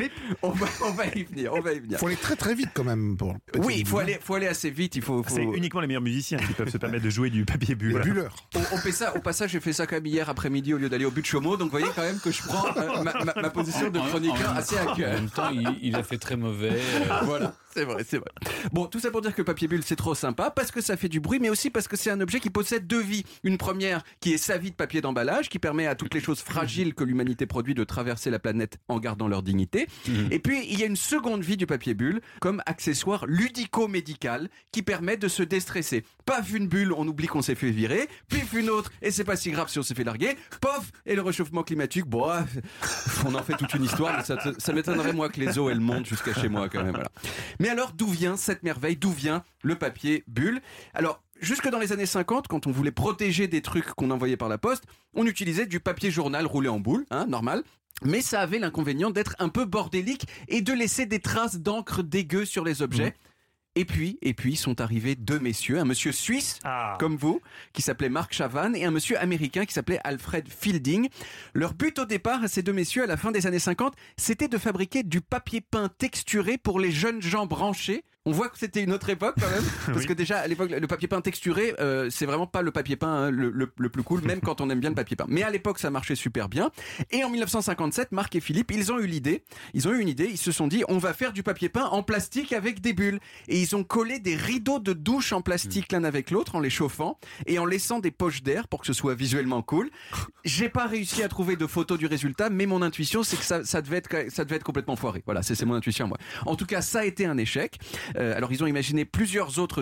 y venir. Il faut aller très très vite quand même pour. Oui, il faut aller assez vite. C'est uniquement les meilleurs musiciens qui peuvent se permettre de jouer du papier bulle. Les bulleurs. On fait ça. Au passage, j'ai fait ça quand même hier après-midi au lieu d'aller au but de Chaumont. Donc, vous voyez quand même que je prends ma position de chroniqueur assez à cœur. En même temps, il a fait très mauvais. Voilà. C'est vrai. Bon, tout ça pour dire que le papier bulle, c'est trop sympa parce que ça fait du bruit, mais aussi parce que c'est un objet qui possède deux vies. Une première qui est sa vie de papier d'emballage, qui permet à toutes les choses fragiles que l'humanité produit de traverser la planète en gardant leur dignité. Et puis, il y a une seconde vie du papier bulle comme accessoire ludico-médical qui permet de se déstresser. Paf, une bulle, on oublie qu'on s'est fait virer. Pif, une autre, et c'est pas si grave si on s'est fait larguer. Pof, et le réchauffement climatique, bon, on en fait toute une histoire, mais ça m'étonnerait moi que les eaux, elles montent jusqu'à chez moi quand même. Voilà. Mais alors, d'où vient cette merveille ? D'où vient le papier bulle ? Alors, jusque dans les années 50, quand on voulait protéger des trucs qu'on envoyait par la poste, on utilisait du papier journal roulé en boule, normal. Mais ça avait l'inconvénient d'être un peu bordélique et de laisser des traces d'encre dégueu sur les objets. Et puis sont arrivés deux messieurs, un monsieur suisse, comme vous, qui s'appelait Marc Chavannes, et un monsieur américain qui s'appelait Alfred Fielding. Leur but au départ, à ces deux messieurs, à la fin des années 50, c'était de fabriquer du papier peint texturé pour les jeunes gens branchés. On voit que c'était une autre époque quand même, parce que déjà à l'époque le papier peint texturé, c'est vraiment pas le papier peint le plus cool, même quand on aime bien le papier peint. Mais à l'époque ça marchait super bien. Et en 1957, Marc et Philippe, ils ont eu une idée. Ils se sont dit, on va faire du papier peint en plastique avec des bulles. Et ils ont collé des rideaux de douche en plastique l'un avec l'autre en les chauffant et en laissant des poches d'air pour que ce soit visuellement cool. J'ai pas réussi à trouver de photos du résultat, mais mon intuition c'est que ça devait être complètement foiré. Voilà, c'est mon intuition moi. En tout cas, ça a été un échec. Alors ils ont imaginé plusieurs autres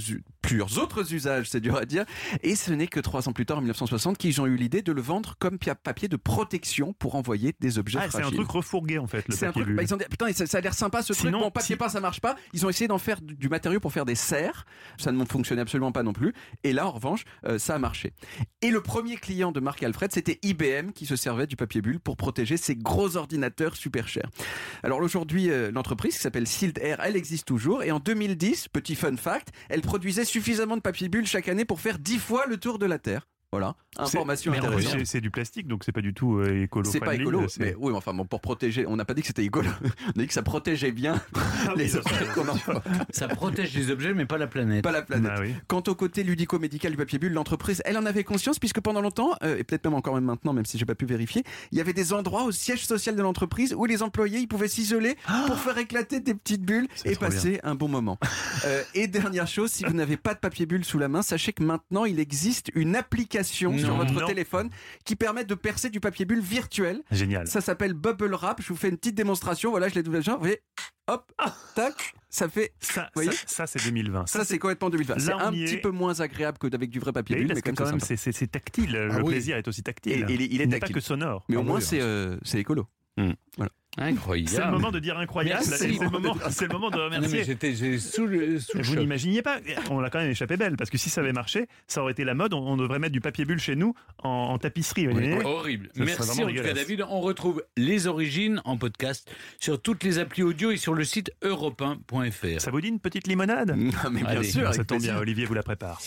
usages, c'est dur à dire, et ce n'est que 3 ans plus tard, en 1960, qu'ils ont eu l'idée de le vendre comme papier de protection pour envoyer des objets fragiles. C'est un truc refourgué en fait, le papier bulle. Ils ont dit, putain, ça a l'air sympa ce truc, bon, papier peint ça marche pas, ils ont essayé d'en faire du matériau pour faire des serres, ça ne fonctionnait absolument pas non plus, et là en revanche, ça a marché. Et le premier client de Marc et Alfred, c'était IBM qui se servait du papier bulle pour protéger ses gros ordinateurs super chers. Alors aujourd'hui, l'entreprise qui s'appelle Sealed Air, elle existe toujours, et en 2010, petit fun fact, elle produisait suffisamment de papier bulle chaque année pour faire 10 fois le tour de la Terre. Voilà, information intéressante. C'est du plastique, donc c'est pas du tout écolo. C'est pas écolo, mais oui, mais enfin, pour protéger, on n'a pas dit que c'était écolo, on a dit que ça protégeait bien les objets qu'on emploie. Ça protège les objets, mais pas la planète. Pas la planète. Ah oui. Quant au côté ludico-médical du papier bulle, l'entreprise, elle en avait conscience, puisque pendant longtemps, et peut-être même encore maintenant, même si j'ai pas pu vérifier, il y avait des endroits au siège social de l'entreprise où les employés ils pouvaient s'isoler pour faire éclater des petites bulles et passer un bon moment. Et dernière chose, si vous n'avez pas de papier bulle sous la main, sachez que maintenant il existe une application sur votre téléphone qui permet de percer du papier bulle virtuel. Génial. Ça s'appelle Bubble Wrap. Je vous fais une petite démonstration. Voilà, je l'ai doublé. Vous voyez, hop, tac, ça fait. Ça c'est 2020. Ça c'est complètement 2020. C'est un petit peu moins agréable qu'avec du vrai papier bulle, mais quand même c'est tactile. Le plaisir est aussi tactile. Et il est tactile. Pas que sonore. Mais au moins c'est écolo. Voilà. Incroyable. C'est le moment de dire incroyable. C'est le moment de remercier. J'étais sous le Vous choc. n'imaginiez pas. On l'a quand même échappé belle, parce que si ça avait marché, ça aurait été la mode. On devrait mettre du papier bulle chez nous en tapisserie. Horrible. Merci en tout cas, David. On retrouve les origines en podcast sur toutes les applis audio et sur le site europe1.fr. Ça vous dit une petite limonade? Mais bien sûr. Ça tombe bien, Olivier vous la prépare.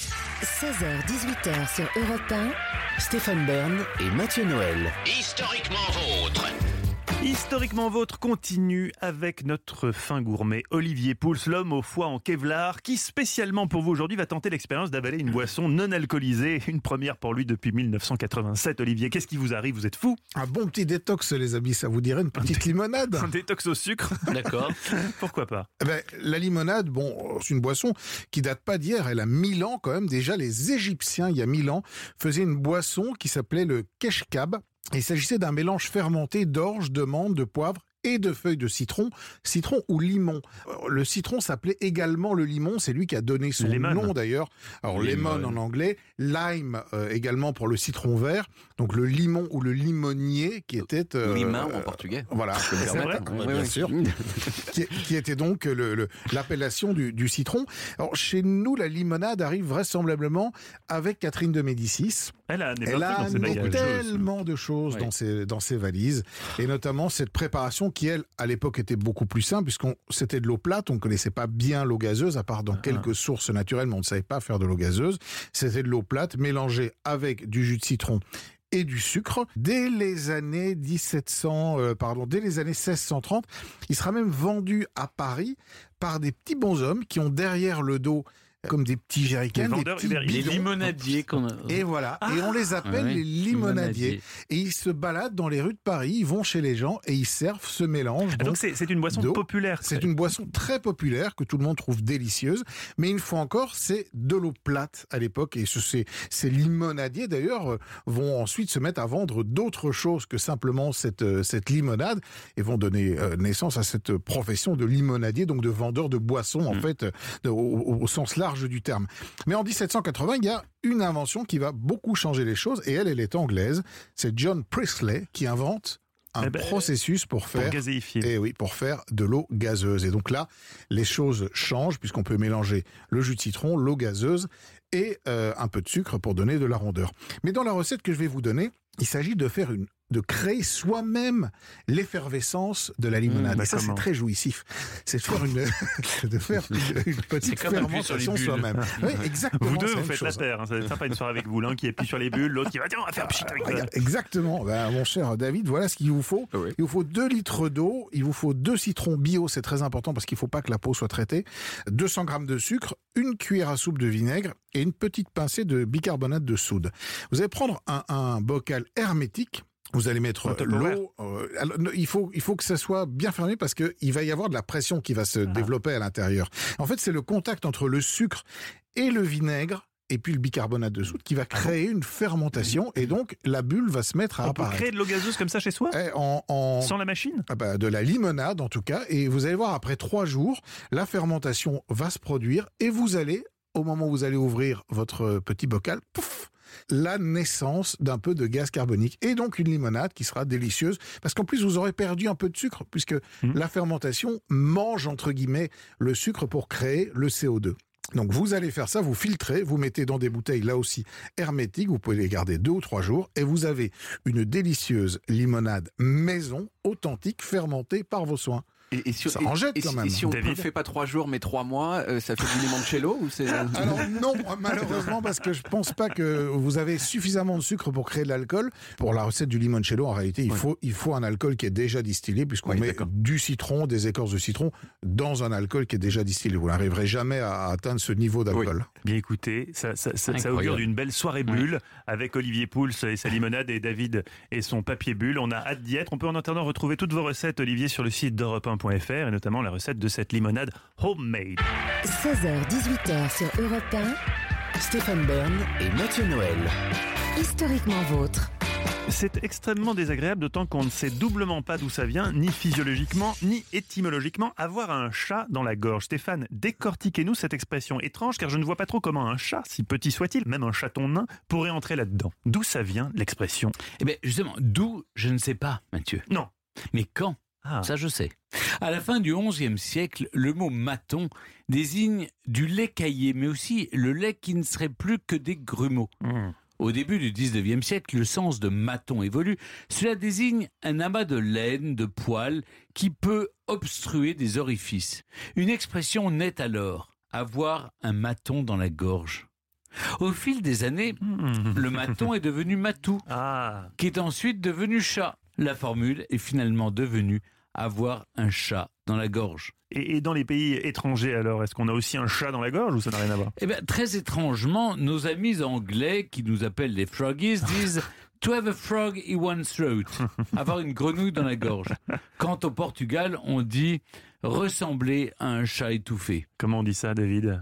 16h-18h sur Europe 1. Stéphane Bern et Mathieu Noël. Historiquement vôtre. Historiquement vôtre continue avec notre fin gourmet Olivier Pouls, l'homme au foie en Kevlar, qui spécialement pour vous aujourd'hui va tenter l'expérience d'avaler une boisson non alcoolisée. Une première pour lui depuis 1987. Olivier, qu'est-ce qui vous arrive? Vous êtes fou? Un bon petit détox, les amis, ça vous dirait une petite limonade? Un détox au sucre? D'accord. Pourquoi pas? La limonade, c'est une boisson qui date pas d'hier, elle a 1000 ans quand même. Déjà, les Égyptiens, il y a 1000 ans, faisaient une boisson qui s'appelait le keshkab. Il s'agissait d'un mélange fermenté d'orge, de menthe, de poivre et de feuilles de citron ou limon. Le citron s'appelait également le limon, c'est lui qui a donné son nom d'ailleurs. Alors lemon en anglais, lime également pour le citron vert, donc le limon ou le limonier qui était... limão en portugais. Voilà, c'est vrai, bien sûr. qui était donc l'appellation du citron. Alors chez nous, la limonade arrive vraisemblablement avec Catherine de Médicis. Elle a amené tellement de choses dans ses valises, et notamment cette préparation qui, elle, à l'époque, était beaucoup plus simple, puisqu'on c'était de l'eau plate, on ne connaissait pas bien l'eau gazeuse, à part dans quelques sources naturelles, mais on ne savait pas faire de l'eau gazeuse. C'était de l'eau plate mélangée avec du jus de citron et du sucre. Dès les années 1630, il sera même vendu à Paris par des petits bonshommes qui ont derrière le dos comme des petits jerrycans, les limonadiers. Et voilà, et on les appelle les limonadiers. Et ils se baladent dans les rues de Paris, ils vont chez les gens et ils servent ce mélange. Donc c'est une boisson populaire. C'est une boisson très populaire que tout le monde trouve délicieuse, mais une fois encore, c'est de l'eau plate à l'époque. Et ces limonadiers d'ailleurs vont ensuite se mettre à vendre d'autres choses que simplement cette limonade, et vont donner naissance à cette profession de limonadier, donc de vendeur de boissons en fait, au sens large du terme. Mais en 1780, il y a une invention qui va beaucoup changer les choses, et elle est anglaise. C'est John Priestley qui invente un processus pour gazéifier. Pour faire de l'eau gazeuse. Et donc là, les choses changent, puisqu'on peut mélanger le jus de citron, l'eau gazeuse et un peu de sucre pour donner de la rondeur. Mais dans la recette que je vais vous donner, il s'agit de créer soi-même l'effervescence de la limonade. Et ça, c'est très jouissif. C'est de faire une petite fermentation soi-même. Oui, exactement. Vous deux, vous faites la paire. Ça va être sympa une soirée avec vous. L'un qui appuie sur les bulles, l'autre qui va dire on va faire pchit avec ça. Exactement. Mon cher David, voilà ce qu'il vous faut. Oui. Il vous faut 2 litres d'eau, il vous faut 2 citrons bio, c'est très important parce qu'il ne faut pas que la peau soit traitée, 200 grammes de sucre, 1 cuillère à soupe de vinaigre et une petite pincée de bicarbonate de soude. Vous allez prendre un bocal hermétique. Vous allez mettre l'eau. Il faut que ça soit bien fermé parce que il va y avoir de la pression qui va se développer à l'intérieur. En fait, c'est le contact entre le sucre et le vinaigre et puis le bicarbonate de soude qui va créer une fermentation, et donc la bulle va se mettre à apparaître. On peut créer de l'eau gazeuse comme ça chez soi sans la machine? De la limonade en tout cas, et vous allez voir après 3 jours, la fermentation va se produire et vous allez, au moment où vous allez ouvrir votre petit bocal, pouf, la naissance d'un peu de gaz carbonique, et donc une limonade qui sera délicieuse, parce qu'en plus vous aurez perdu un peu de sucre, puisque la fermentation mange entre guillemets le sucre pour créer le CO2. Donc vous allez faire ça, vous filtrez, vous mettez dans des bouteilles là aussi hermétiques, vous pouvez les garder 2 ou 3 jours, et vous avez une délicieuse limonade maison, authentique, fermentée par vos soins. Ça en jette quand même. Et si on ne David le fait pas 3 jours mais 3 mois, ça fait du limoncello ou c'est... Alors non, malheureusement, parce que je pense pas que vous avez suffisamment de sucre pour créer de l'alcool. Pour la recette du limoncello, en réalité, il faut un alcool qui est déjà distillé, puisqu'on met du citron, des écorces de citron, dans un alcool qui est déjà distillé. Vous n'arriverez jamais à atteindre ce niveau d'alcool. Bien écoutez, ça augure d'une belle soirée bulle avec Olivier Pouls et sa limonade et David et son papier bulle. On a hâte d'y être. On peut en attendant retrouver toutes vos recettes, Olivier, sur le site d'Europe1.fr et notamment la recette de cette limonade homemade. 16h-18h sur Europe 1. Stéphane Bern et Mathieu Noël. Historiquement vôtre. C'est extrêmement désagréable, d'autant qu'on ne sait doublement pas d'où ça vient, ni physiologiquement, ni étymologiquement, avoir un chat dans la gorge. Stéphane, décortiquez-nous cette expression étrange, car je ne vois pas trop comment un chat, si petit soit-il, même un chaton nain, pourrait entrer là-dedans. D'où ça vient, l'expression? Eh bien, justement, d'où, je ne sais pas, Mathieu. Non. Mais quand? Ça, je sais. À la fin du XIe siècle, le mot maton désigne du lait caillé, mais aussi le lait qui ne serait plus que des grumeaux. Au début du XIXe siècle, le sens de maton évolue. Cela désigne un amas de laine, de poils, qui peut obstruer des orifices. Une expression naît alors, avoir un maton dans la gorge. Au fil des années, le maton est devenu matou, qui est ensuite devenu chat. La formule est finalement devenue avoir un chat dans la gorge. Et dans les pays étrangers, alors, est-ce qu'on a aussi un chat dans la gorge ou ça n'a rien à voir? Eh bien, très étrangement, nos amis anglais, qui nous appellent les froggies, disent « to have a frog in one's throat », avoir une grenouille dans la gorge. Quant au Portugal, on dit « ressembler à un chat étouffé ». Comment on dit ça, David?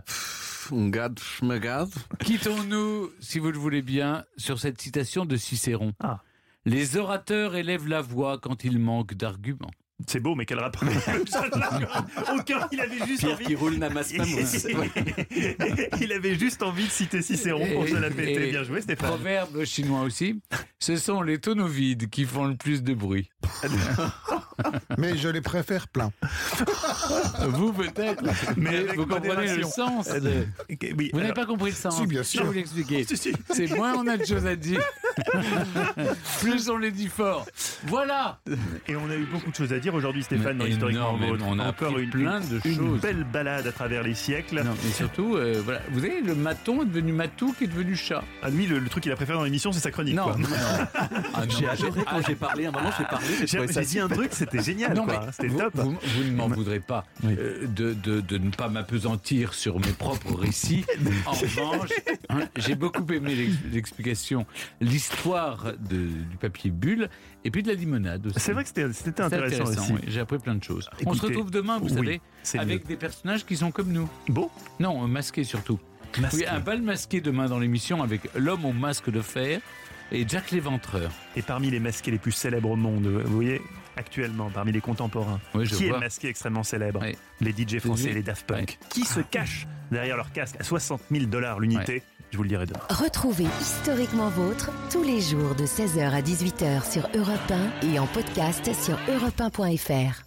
Quittons-nous, si vous le voulez bien, sur cette citation de Cicéron. Les orateurs élèvent la voix quand ils manquent d'arguments. C'est beau, mais quel rapport? Aucun, il avait juste Pierre envie... qui roule n'amasse pas mousse. Il avait juste envie de citer Cicéron pour se la péter. Bien joué, Stéphane. Proverbe chinois aussi. Ce sont les tonneaux vides qui font le plus de bruit. Mais je les préfère pleins. Vous peut-être, mais vous comprenez le sens. Vous n'avez pas compris le sens. Si, bien sûr. Je vais vous l'expliquer. C'est moins on a de choses à dire, plus on les dit fort. Voilà. Et on a eu beaucoup de choses à dire aujourd'hui, Stéphane, dans Historiquement Vôtre. On a encore plein de choses. Une belle balade à travers les siècles. Non, mais surtout, voilà. Vous savez, le maton est devenu matou qui est devenu chat. Ah, lui, le truc qu'il a préféré dans l'émission, c'est sa chronique. Non, quoi. non. J'ai adoré quand j'ai parlé. À un moment, j'ai parlé. J'ai dit un truc, c'était génial. Non, quoi. C'était top. Vous ne m'en voudrez pas de ne pas m'apesantir sur mes propres récits. En revanche, j'ai beaucoup aimé l'explication, l'histoire du papier bulle et puis de la limonade aussi. C'est vrai que c'était intéressant aussi. Oui. J'ai appris plein de choses. Écoutez, on se retrouve demain, vous savez, avec mieux. des personnages qui sont comme nous. Beau? Non, masqués surtout. Masqué. Oui, un bal masqué demain dans l'émission avec l'homme au masque de fer et Jack l'Éventreur. Et parmi les masqués les plus célèbres au monde, vous voyez, actuellement, parmi les contemporains, qui est masqué extrêmement célèbre? Les DJ français, les Daft Punk. Qui se cachent derrière leur casque à $60 000 l'unité? Je vous le dirai demain. Retrouvez Historiquement Vôtre tous les jours de 16h à 18h sur Europe 1 et en podcast sur Europe1.fr.